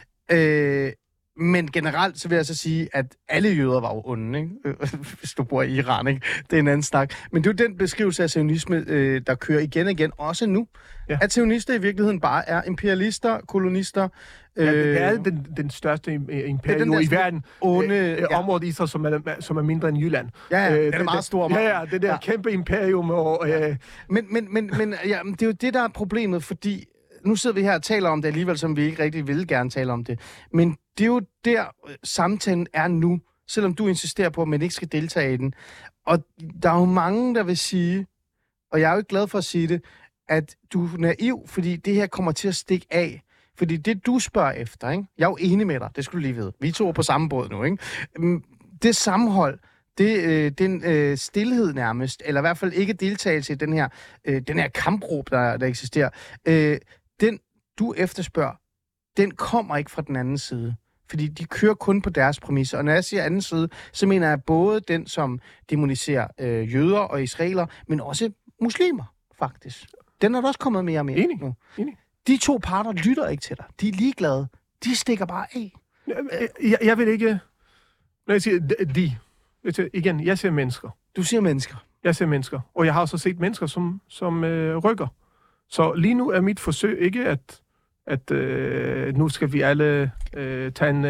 Speaker 3: Men generelt, så vil jeg så sige, at alle jøder var jo onde, ikke? Hvis du bor i Iran, ikke? Det er en anden snak. Men det er jo den beskrivelse af sionisme, der kører igen og igen, også nu. Ja. At sionister i virkeligheden bare er imperialister, kolonister.
Speaker 4: Det er den største imperium i verden. Området Israel, som er mindre end Jylland.
Speaker 3: Ja, det er meget stor.
Speaker 4: Ja, det der kæmpe imperium. Og,
Speaker 3: Men det er jo det, der er problemet, fordi nu sidder vi her og taler om det alligevel, som vi ikke rigtig vil gerne tale om det. Men det er jo der, samtalen er nu, selvom du insisterer på, at man ikke skal deltage i den. Og der er jo mange, der vil sige, og jeg er jo ikke glad for at sige det, at du er naiv, fordi det her kommer til at stikke af. Fordi det, du spørger efter, ikke? Jeg er jo enig med dig, det skulle du lige vide. Vi to er på samme båd nu, ikke? Det sammenhold, den stilhed nærmest, eller i hvert fald ikke deltagelse i den her kampråb, der eksisterer, den, du efterspørger, den kommer ikke fra den anden side. Fordi de kører kun på deres præmisser. Og når jeg siger anden side, så mener jeg både den, som demoniserer jøder og israeler, men også muslimer, faktisk. Den er der også kommet mere og mere nu.
Speaker 4: Enig.
Speaker 3: De to parter lytter ikke til dig. De er ligeglade. De stikker bare af.
Speaker 4: Jeg vil ikke... Når jeg siger igen, jeg ser mennesker.
Speaker 3: Du siger mennesker?
Speaker 4: Jeg ser mennesker. Og jeg har også set mennesker, som rykker. Så lige nu er mit forsøg ikke, at nu skal vi alle tage en,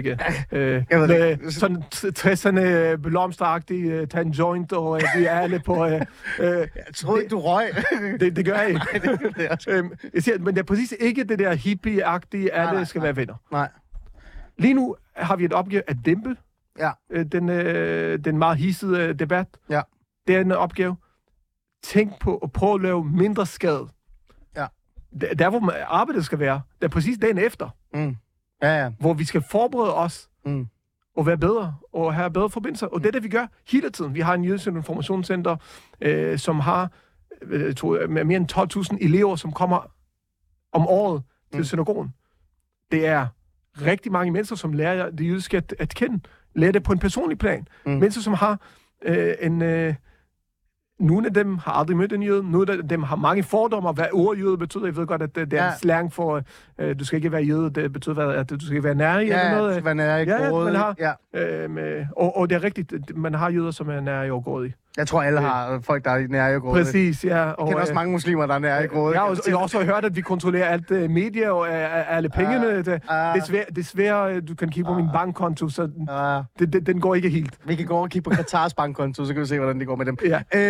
Speaker 4: sådan 60'erne blomsteragtige, tage en joint, og vi er alle på...
Speaker 3: jeg troede ikke, du røg.
Speaker 4: det gør jeg ikke. Jeg siger, men det er præcis ikke det der hippie-agtige, alle skal være venner.
Speaker 3: Nej.
Speaker 4: Lige nu har vi et opgave at dæmpe den meget hissede debat. Ja. Det er en opgave. Tænk på at prøve at lave mindre skade. Ja. Der, hvor arbejdet skal være, det er præcis dagen efter. Hvor vi skal forberede os og være bedre, og have bedre forbindelser. Og det er det, vi gør hele tiden. Vi har en jødisk informationscenter, som har mere end 12.000 elever, som kommer om året til synagogen. Det er rigtig mange mennesker, som lærer det jødiske at kende. Lærer det på en personlig plan. Mennesker, som har nogle af dem har aldrig mødt en jøde. Nogle af dem har mange fordomme, hvad ordet jøde betyder. Jeg ved godt, at det er en slang for, du skal ikke være jøde. Det betyder, at du skal ikke være nærig.
Speaker 3: Ja, du skal være nærig og
Speaker 4: grådig. Og det er rigtigt, man har jøder, som er nærig og grådige.
Speaker 3: Jeg tror, alle har folk, der er nærig og grådige.
Speaker 4: Præcis, ja.
Speaker 3: Jeg kender også mange muslimer, der er nærig og grådige.
Speaker 4: Jeg har også hørt, at vi kontrollerer alt media og alle pengene. Det er svært, du kan kigge på min bankkonto, så den går ikke helt.
Speaker 3: Vi kan gå og kigge på Katars bankkonto, så kan vi se, hvordan det går med dem.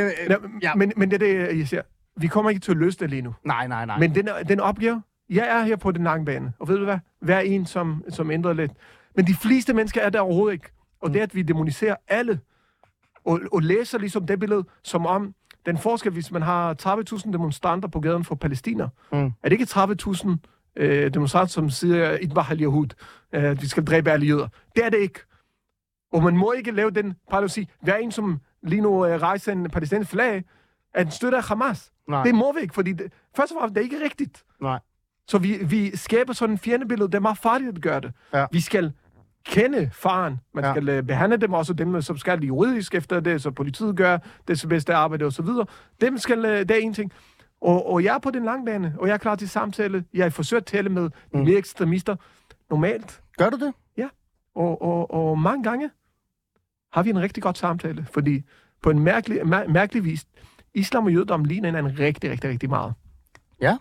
Speaker 4: Men det er det, jeg siger. Vi kommer ikke til at løse det lige nu.
Speaker 3: Nej.
Speaker 4: Men den opgave, jeg er her på den lange bane. Og ved du hvad? Hver en, som ændrer lidt. Men de fleste mennesker er der overhovedet ikke. Og det er, at vi demoniserer alle. Og læser ligesom det billede, som om den forskel, hvis man har 30.000 demonstranter på gaden for Palæstina. Er det ikke 30.000 demonstranter, som siger, Itbah al-Yahud, at vi skal dræbe alle jøder? Det er det ikke. Og man må ikke lave den, bare at sige, hver en, som lige nu rejser en palæstinensisk flag, at den støtter Hamas. Nej. Det må vi ikke, fordi først og fremmest, det er ikke rigtigt.
Speaker 3: Nej.
Speaker 4: Så vi skaber sådan en fjendebillede, det er meget farligt at gøre det. Ja. Vi skal kende faren. Man skal behandle dem, også dem, som skal juridisk efter det, så politiet gør det bedste arbejde og så videre. Dem skal, det er en ting. Og jeg er på den lange bane, og jeg er klar til samtale. Jeg forsøger at tale med de mere ekstremister. Normalt.
Speaker 3: Gør du det?
Speaker 4: Ja. Og mange gange har vi en rigtig godt samtale, fordi på en mærkelig vis, islam og jødedom ligner hinanden rigtig meget.
Speaker 3: Ja.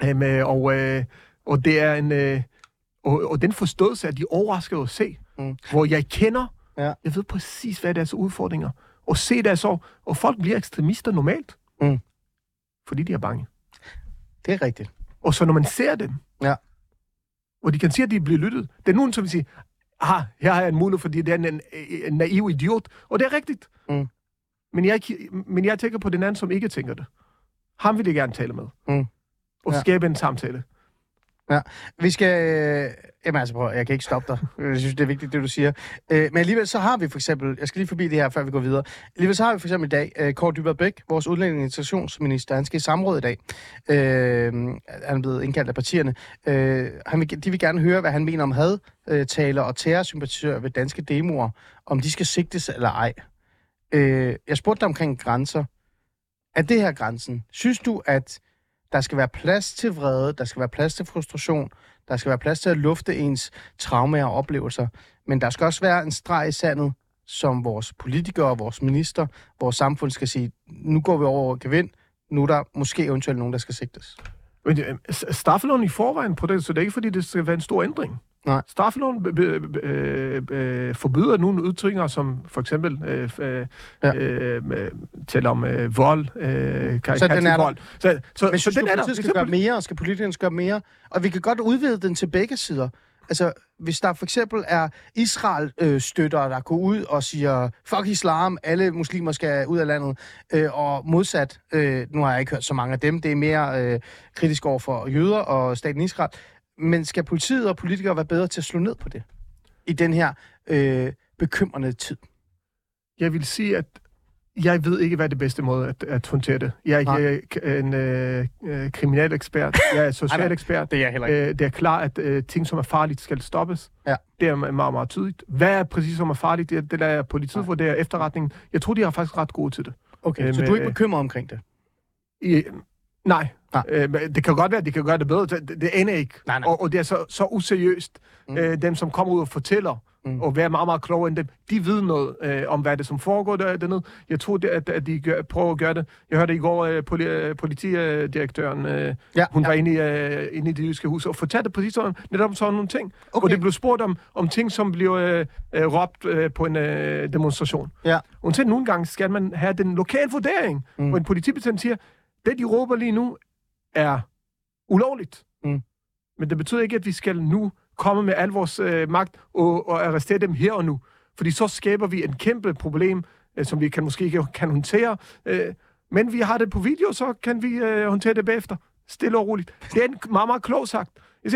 Speaker 4: Og det er en... Og den forståelse, at de overrasker at se, hvor jeg kender, jeg ved præcis, hvad deres udfordringer, og se deres år, og folk bliver ekstremister normalt, fordi de er bange.
Speaker 3: Det er rigtigt.
Speaker 4: Og så når man ser dem, og de kan sige, at de bliver lyttet, det er nogen, som vil sige, her har jeg en mulighed, fordi det er en naiv idiot, og det er rigtigt. Men jeg tænker på den anden, som ikke tænker det. Ham vil jeg gerne tale med. Og skabe en samtale.
Speaker 3: Ja, vi skal... Jamen altså, prøv, jeg kan ikke stoppe dig. Jeg synes, det er vigtigt, det du siger. Men alligevel så har vi for eksempel... Jeg skal lige forbi det her, før vi går videre. Alligevel så har vi for eksempel i dag Kaare Dybvad Bek, vores udlændinge- og integrationsminister. Han skal i samråd i dag. Han er blevet indkaldt af partierne. De vil gerne høre, hvad han mener om hadtaler og terrorsympatisører ved danske demoer. Om de skal sigtes eller ej. Jeg spurgte dig omkring grænser. Er det her grænsen? Synes du, at der skal være plads til vrede, der skal være plads til frustration, der skal være plads til at lufte ens traumer og oplevelser, men der skal også være en streg i sandet, som vores politikere, vores minister, vores samfund skal sige, nu går vi over gevind, nu er der måske eventuelt nogen, der skal sigtes.
Speaker 4: Straffeloven i forvejen på det, så det er ikke fordi, det skal være en stor ændring.
Speaker 3: Nej.
Speaker 4: Straffeloven forbyder nogle udtrykker, som for eksempel taler om vold,
Speaker 3: så den er
Speaker 4: vold. Så
Speaker 3: synes du, politiet skal gøre mere, og skal politikerne gøre mere? Og vi kan godt udvide den til begge sider. Altså, hvis der for eksempel er Israel-støtter, der går ud og siger, fuck islam, alle muslimer skal ud af landet, og modsat, nu har jeg ikke hørt så mange af dem, det er mere kritisk over for jøder og staten Israel. Men skal politiet og politikere være bedre til at slå ned på det? I den her bekymrende tid? Jeg vil sige, at jeg ved ikke, hvad er det bedste måde at håndtere det. Jeg er ikke en kriminel ekspert. Jeg er social ekspert. Det er heller ikke.
Speaker 4: Det er klart, at ting, som er farligt, skal stoppes. Ja. Det er meget, meget tydeligt. Hvad er præcis, som er farligt? Det lader politiet for, det er efterretningen. Jeg tror, de er faktisk ret gode til det.
Speaker 3: Okay, så du er ikke bekymret omkring det?
Speaker 4: Nej. Det kan godt være, at de kan gøre det bedre. Det aner ikke.
Speaker 3: Nej.
Speaker 4: Og det er så useriøst. Dem, som kommer ud og fortæller, og være meget, meget klogere end dem, de ved noget om, hvad det som foregår dernede. Jeg tror, at de prøver at gøre det. Jeg hørte i går politidirektøren, hun var inde i det jyske hus, og fortalte præcis netop sådan nogle ting. Okay. Og det blev spurgt om ting, som bliver råbt på en demonstration. Ja. Hun sagde, at nogle gange skal man have den lokale vurdering, hvor en politibetjent siger, det de råber lige nu er ulovligt. Men det betyder ikke, at vi skal nu komme med al vores magt og arrestere dem her og nu. Fordi så skaber vi en kæmpe problem, som vi måske ikke kan håndtere. Men vi har det på video, så kan vi håndtere det bagefter. Stille og roligt. Det er en meget, meget klog sagt.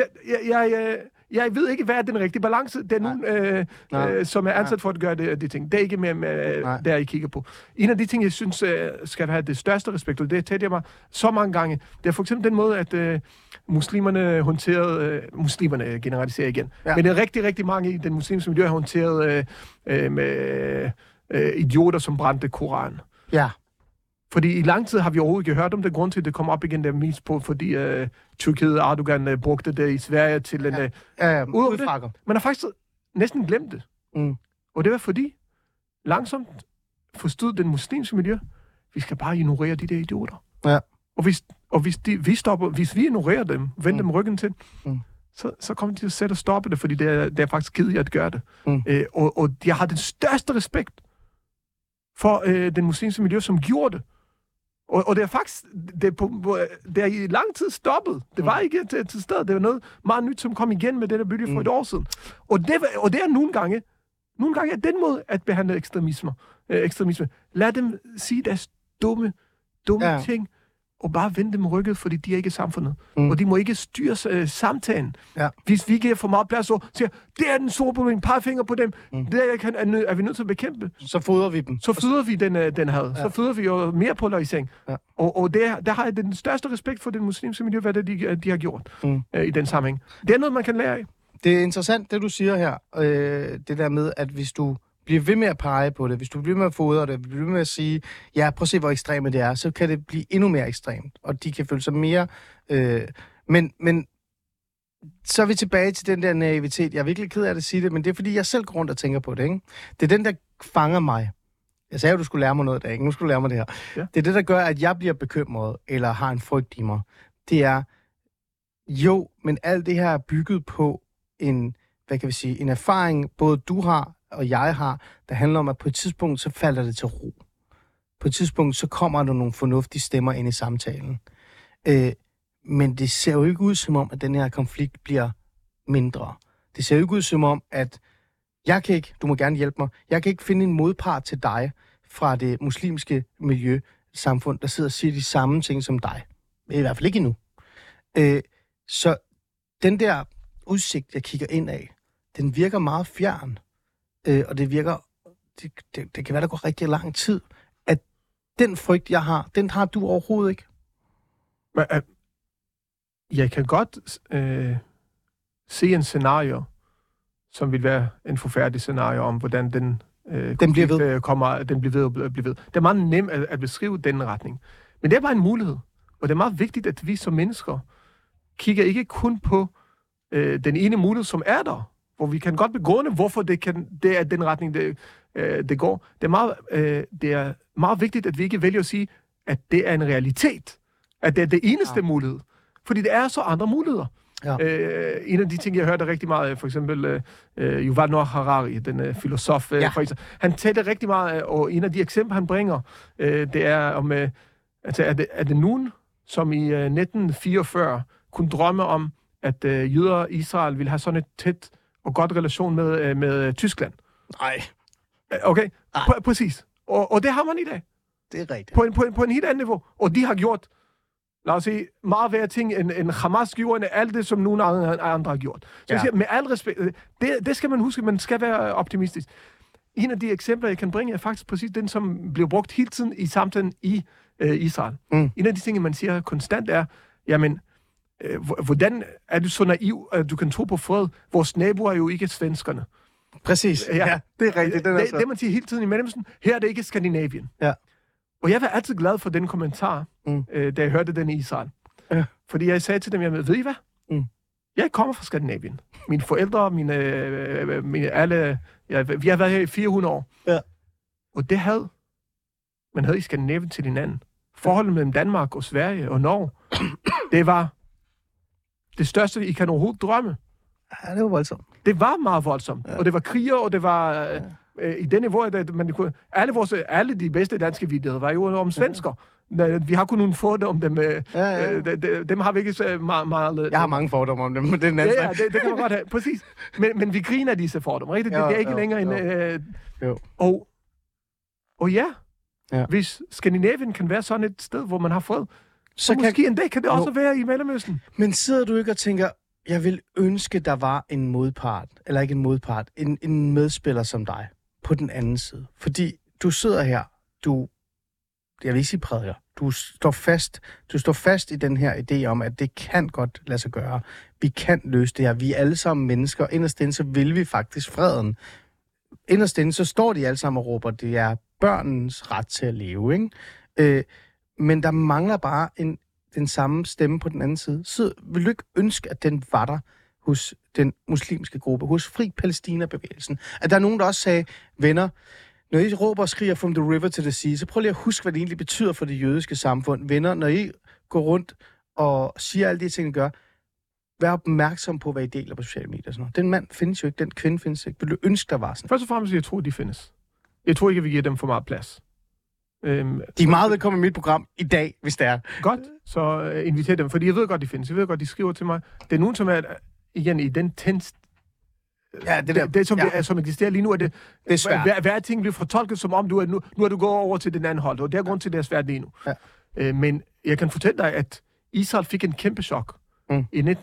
Speaker 4: Jeg ved ikke, hvad er den rigtige balance. Det er nogen, som er ansat for at gøre de ting. Det er ikke mere, der I kigger på. En af de ting, jeg synes, skal have det største respekt, og det tager jeg mig så mange gange, det er for eksempel den måde, at muslimerne håndterede... muslimerne generaliserer igen. Ja. Men det er rigtig, rigtig mange i den muslimske miljø har håndteret med idioter, som brændte Koranen. Ja. Fordi i lang tid har vi overhovedet ikke hørt om det. Grund til, at det kom op igen, der mest på, fordi Tyrkiet og Erdogan brugte det i Sverige til en udfrakker. Man har faktisk næsten glemt det. Og det var fordi, langsomt forstod den muslimske miljø, vi skal bare ignorere de der idioter. Ja. Og hvis vi ignorerer dem, vender dem ryggen til, så kommer de til at sætte og stoppe det, fordi det er faktisk kedeligt at gøre det. Og jeg har den største respekt for den muslimske miljø, som gjorde det. Og det er faktisk, det er i lang tid stoppet. Det var ikke til stedet. Det var noget meget nyt, som kom igen med det der bygge for et år siden. Og det er nogle gange er den måde at behandle ekstremisme. Lad dem sige deres dumme ting, og bare vende dem rygget, fordi de er ikke i samfundet. Og de må ikke styre samtalen. Ja. Hvis vi giver for meget plads, så siger, det er den store problem, pegefinger på dem, det er vi nødt til at bekæmpe.
Speaker 3: Så fodrer vi dem.
Speaker 4: Så fodrer vi den had. Ja. Så fodrer vi jo mere polarisering. Ja. Og der har jeg den største respekt for den muslimske miljø, hvad de har gjort i den sammenhæng. Det er noget, man kan lære af.
Speaker 3: Det er interessant, det du siger her. Det der med, at hvis du bliver ved med at pege på det, hvis du bliver med at fodre det, bliver ved med at sige, ja, prøv at se, hvor ekstreme det er, så kan det blive endnu mere ekstremt, og de kan føle sig mere... Men så er vi tilbage til den der naivitet. Jeg er virkelig ked af at sige det, men det er, fordi jeg selv går rundt og tænker på det, ikke? Det er den, der fanger mig. Jeg sagde, at du skulle lære mig noget i dag, ikke? Nu skulle du lære mig det her. Ja. Det er det, der gør, at jeg bliver bekymret, eller har en frygt i mig. Det er, jo, men alt det her er bygget på en erfaring, både du har, og jeg har, der handler om, at på et tidspunkt, så falder det til ro. På et tidspunkt, så kommer der nogle fornuftige stemmer ind i samtalen. Men det ser jo ikke ud som om, at den her konflikt bliver mindre. Det ser jo ikke ud som om, at du må gerne hjælpe mig, jeg kan ikke finde en modpart til dig fra det muslimske miljøsamfund, der sidder og siger de samme ting som dig. I hvert fald ikke endnu. Så den der udsigt, jeg kigger ind af, den virker meget fjern. Og det virker, det kan være, der går rigtig lang tid, at den frygt, jeg har, den har du overhovedet ikke.
Speaker 4: Men, jeg kan godt se en scenario, som vil være en forfærdelig scenario om, hvordan den bliver ved. Den bliver ved. Det er meget nemt at beskrive den retning. Men det er bare en mulighed. Og det er meget vigtigt, at vi som mennesker kigger ikke kun på den ene mulighed, som er der, hvor vi kan godt begrunde, hvorfor det er den retning, det går. Det er meget vigtigt, at vi ikke vælger at sige, at det er en realitet. At det er det eneste mulighed. Fordi det er så andre muligheder. Ja. En af de ting, jeg hørte rigtig meget, for eksempel Yuval Noah Harari, den filosof, han talte rigtig meget, og en af de eksempler, han bringer, det er om, er det nogen, som i 1944 kunne drømme om, at jøder og Israel ville have sådan et tæt og godt relation med Tyskland?
Speaker 3: Nej.
Speaker 4: Okay, præcis. Og det har man i dag.
Speaker 3: Det er rigtigt.
Speaker 4: På en helt andet niveau. Og de har gjort, lad os sige, meget værre ting, end Hamas gjorde, end alt det, som nogen andre har gjort. Så jeg siger, med al respekt, det skal man huske, man skal være optimistisk. En af de eksempler, jeg kan bringe, er faktisk præcis den, som bliver brugt hele tiden i samtalen i Israel. En af de ting, man siger konstant er, jamen, hvordan er du så naiv, at du kan tro på fred? Vores naboer er jo ikke svenskerne.
Speaker 3: Præcis. Ja, det er rigtigt.
Speaker 4: Det man siger hele tiden i Mellemøsten, her er det ikke Skandinavien. Ja. Og jeg var altid glad for den kommentar, da jeg hørte den i Israel. Ja. Fordi jeg sagde til dem, ved I hvad? Jeg kommer fra Skandinavien. Mine forældre, mine alle... vi har været her i 400 år. Ja. Og det havde man havde i Skandinavien til hinanden. Forholdet mellem Danmark og Sverige og Norge, det var det største, I kan overhovedet drømme.
Speaker 3: Ja, det var voldsomt.
Speaker 4: Det var meget voldsomt. Ja. Og det var kriger, og det var... i den niveau, at man kunne... Alle de bedste danske videoer var jo om svensker. Vi har kun nogle fordomme om dem. Dem har vi ikke så meget... Jeg
Speaker 3: har mange fordomme om dem, men det er den anden.
Speaker 4: Ja, det kan man godt have. Præcis. Men vi griner af disse fordomme, rigtigt? Det er ikke længere en... Og ja, hvis Skandinavien kan være sådan et sted, hvor man har fred, så måske en dag kan det også være i Mellemøsten.
Speaker 3: Men sidder du ikke og tænker, jeg vil ønske, der var en modpart, eller ikke en modpart, en medspiller som dig, på den anden side? Fordi du sidder her, jeg vil ikke sige prædiker, du står fast i den her idé om, at det kan godt lade sig gøre. Vi kan løse det her. Vi er alle sammen mennesker. Inderst inde, så vil vi faktisk freden. Inderst inde, så står de alle sammen og råber, det er børnens ret til at leve, ikke? Men der mangler bare den samme stemme på den anden side. Så vil du ikke ønske, at den var der hos den muslimske gruppe, hos Fri Palæstina-bevægelsen? At der er nogen, der også sagde, venner, når I råber og skriger from the river to the sea, så prøv lige at huske, hvad det egentlig betyder for det jødiske samfund. Venner, når I går rundt og siger alle de ting, I gør, vær opmærksom på, hvad I deler på sociale medier. Sådan noget. Den mand findes jo ikke, den kvinde findes ikke. Vil du ønske, der var sådan?
Speaker 4: Først og fremmest, jeg tror, de findes. Jeg tror ikke, at vi giver dem for meget plads.
Speaker 3: De er meget velkommen i mit program i dag, hvis det er.
Speaker 4: Godt, så inviter dem, fordi jeg ved godt, de findes. Jeg ved godt, de skriver til mig. Det er nogen, som er igen i den tændst. Ja, som eksisterer lige nu, er det er svært. Hver ting bliver fortolket, som om nu er du gået over til den anden hold, og det er grund til, det er svært lige nu. Ja. Men jeg kan fortælle dig, at Israel fik en kæmpe chok i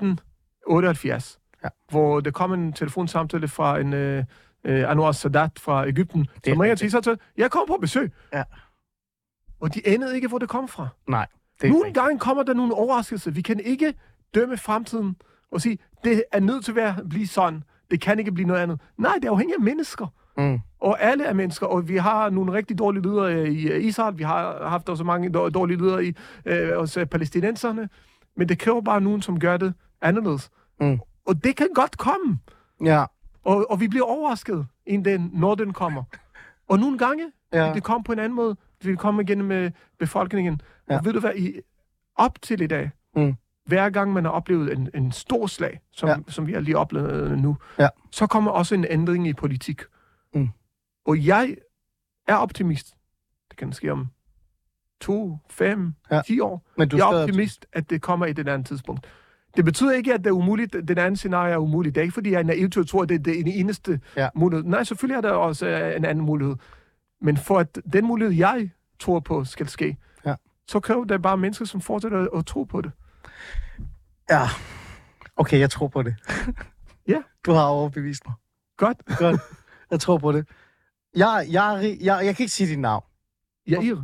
Speaker 4: 1978, hvor der kom en telefonsamtale fra en Anwar Sadat fra Egypten, som ringer til Israel, jeg kommer på besøg. Ja. Og de anede ikke, hvor det kom fra.
Speaker 3: Nej.
Speaker 4: Nogle gange kommer der nogle overraskelser. Vi kan ikke dømme fremtiden og sige, det er nødt til at blive sådan. Det kan ikke blive noget andet. Nej, det er afhængigt af mennesker. Og alle er mennesker, og vi har nogle rigtig dårlige ledere i Israel. Vi har haft også mange dårlige ledere hos palæstinenserne. Men det kræver bare nogen, som gør det anderledes. Og det kan godt komme. Ja. Og vi bliver overrasket, når den kommer. Og nogle gange, det kommer på en anden måde. Det vil komme igennem med befolkningen. Ja. Og ved du hvad, op til i dag, hver gang man har oplevet en stor slag, som vi har lige oplevet nu, så kommer også en ændring i politik. Og jeg er optimist. Det kan ske om 2, 5, 10 år. Men jeg er optimist, at det kommer i den anden tidspunkt. Det betyder ikke, at det er umuligt. Den anden scenarie er umuligt. Det er ikke, fordi jeg er naiv til at tro, at det er den eneste mulighed. Nej, selvfølgelig er der også en anden mulighed. Men for at den mulighed, jeg tror på, skal ske, så kræver det bare mennesker, som fortsætter at tro på det.
Speaker 3: Ja. Okay, jeg tror på det.
Speaker 4: Ja.
Speaker 3: Du har overbevist mig.
Speaker 4: Godt.
Speaker 3: Jeg tror på det. Jeg kan ikke sige dit navn.
Speaker 4: Yair.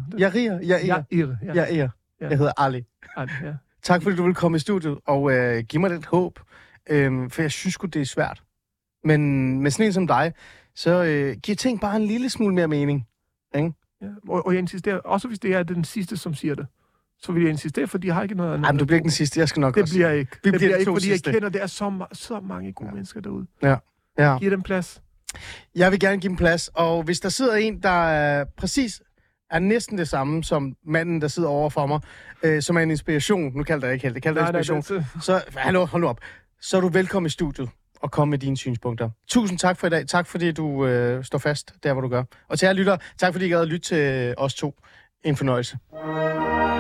Speaker 3: Jeg hedder Ali.
Speaker 4: Ja.
Speaker 3: Tak fordi du vil komme i studiet og give mig lidt håb. For jeg synes godt det er svært. Men med sådan en som dig, så giver ting bare en lille smule mere mening. Ikke?
Speaker 4: Ja, og jeg insisterer, også hvis det er den sidste, som siger det, så vil jeg insistere, for de har ikke noget andet.
Speaker 3: Nej, men du bliver ikke den sidste, jeg skal nok
Speaker 4: det
Speaker 3: også.
Speaker 4: Bliver ikke.
Speaker 3: Det bliver
Speaker 4: ikke, fordi jeg kender, der er så mange gode mennesker derude.
Speaker 3: Ja.
Speaker 4: Giv dem plads.
Speaker 3: Jeg vil gerne give dem plads, og hvis der sidder en, der præcis er næsten det samme som manden, der sidder over for mig, som er en inspiration, nu kalder jeg ikke helt, det kalder jeg inspiration, så hold nu op, så er du velkommen i studiet og komme med dine synspunkter. Tusind tak for i dag. Tak fordi du står fast der, hvor du gør. Og til jer lyttere, tak fordi I gad at lytte til os to. En fornøjelse.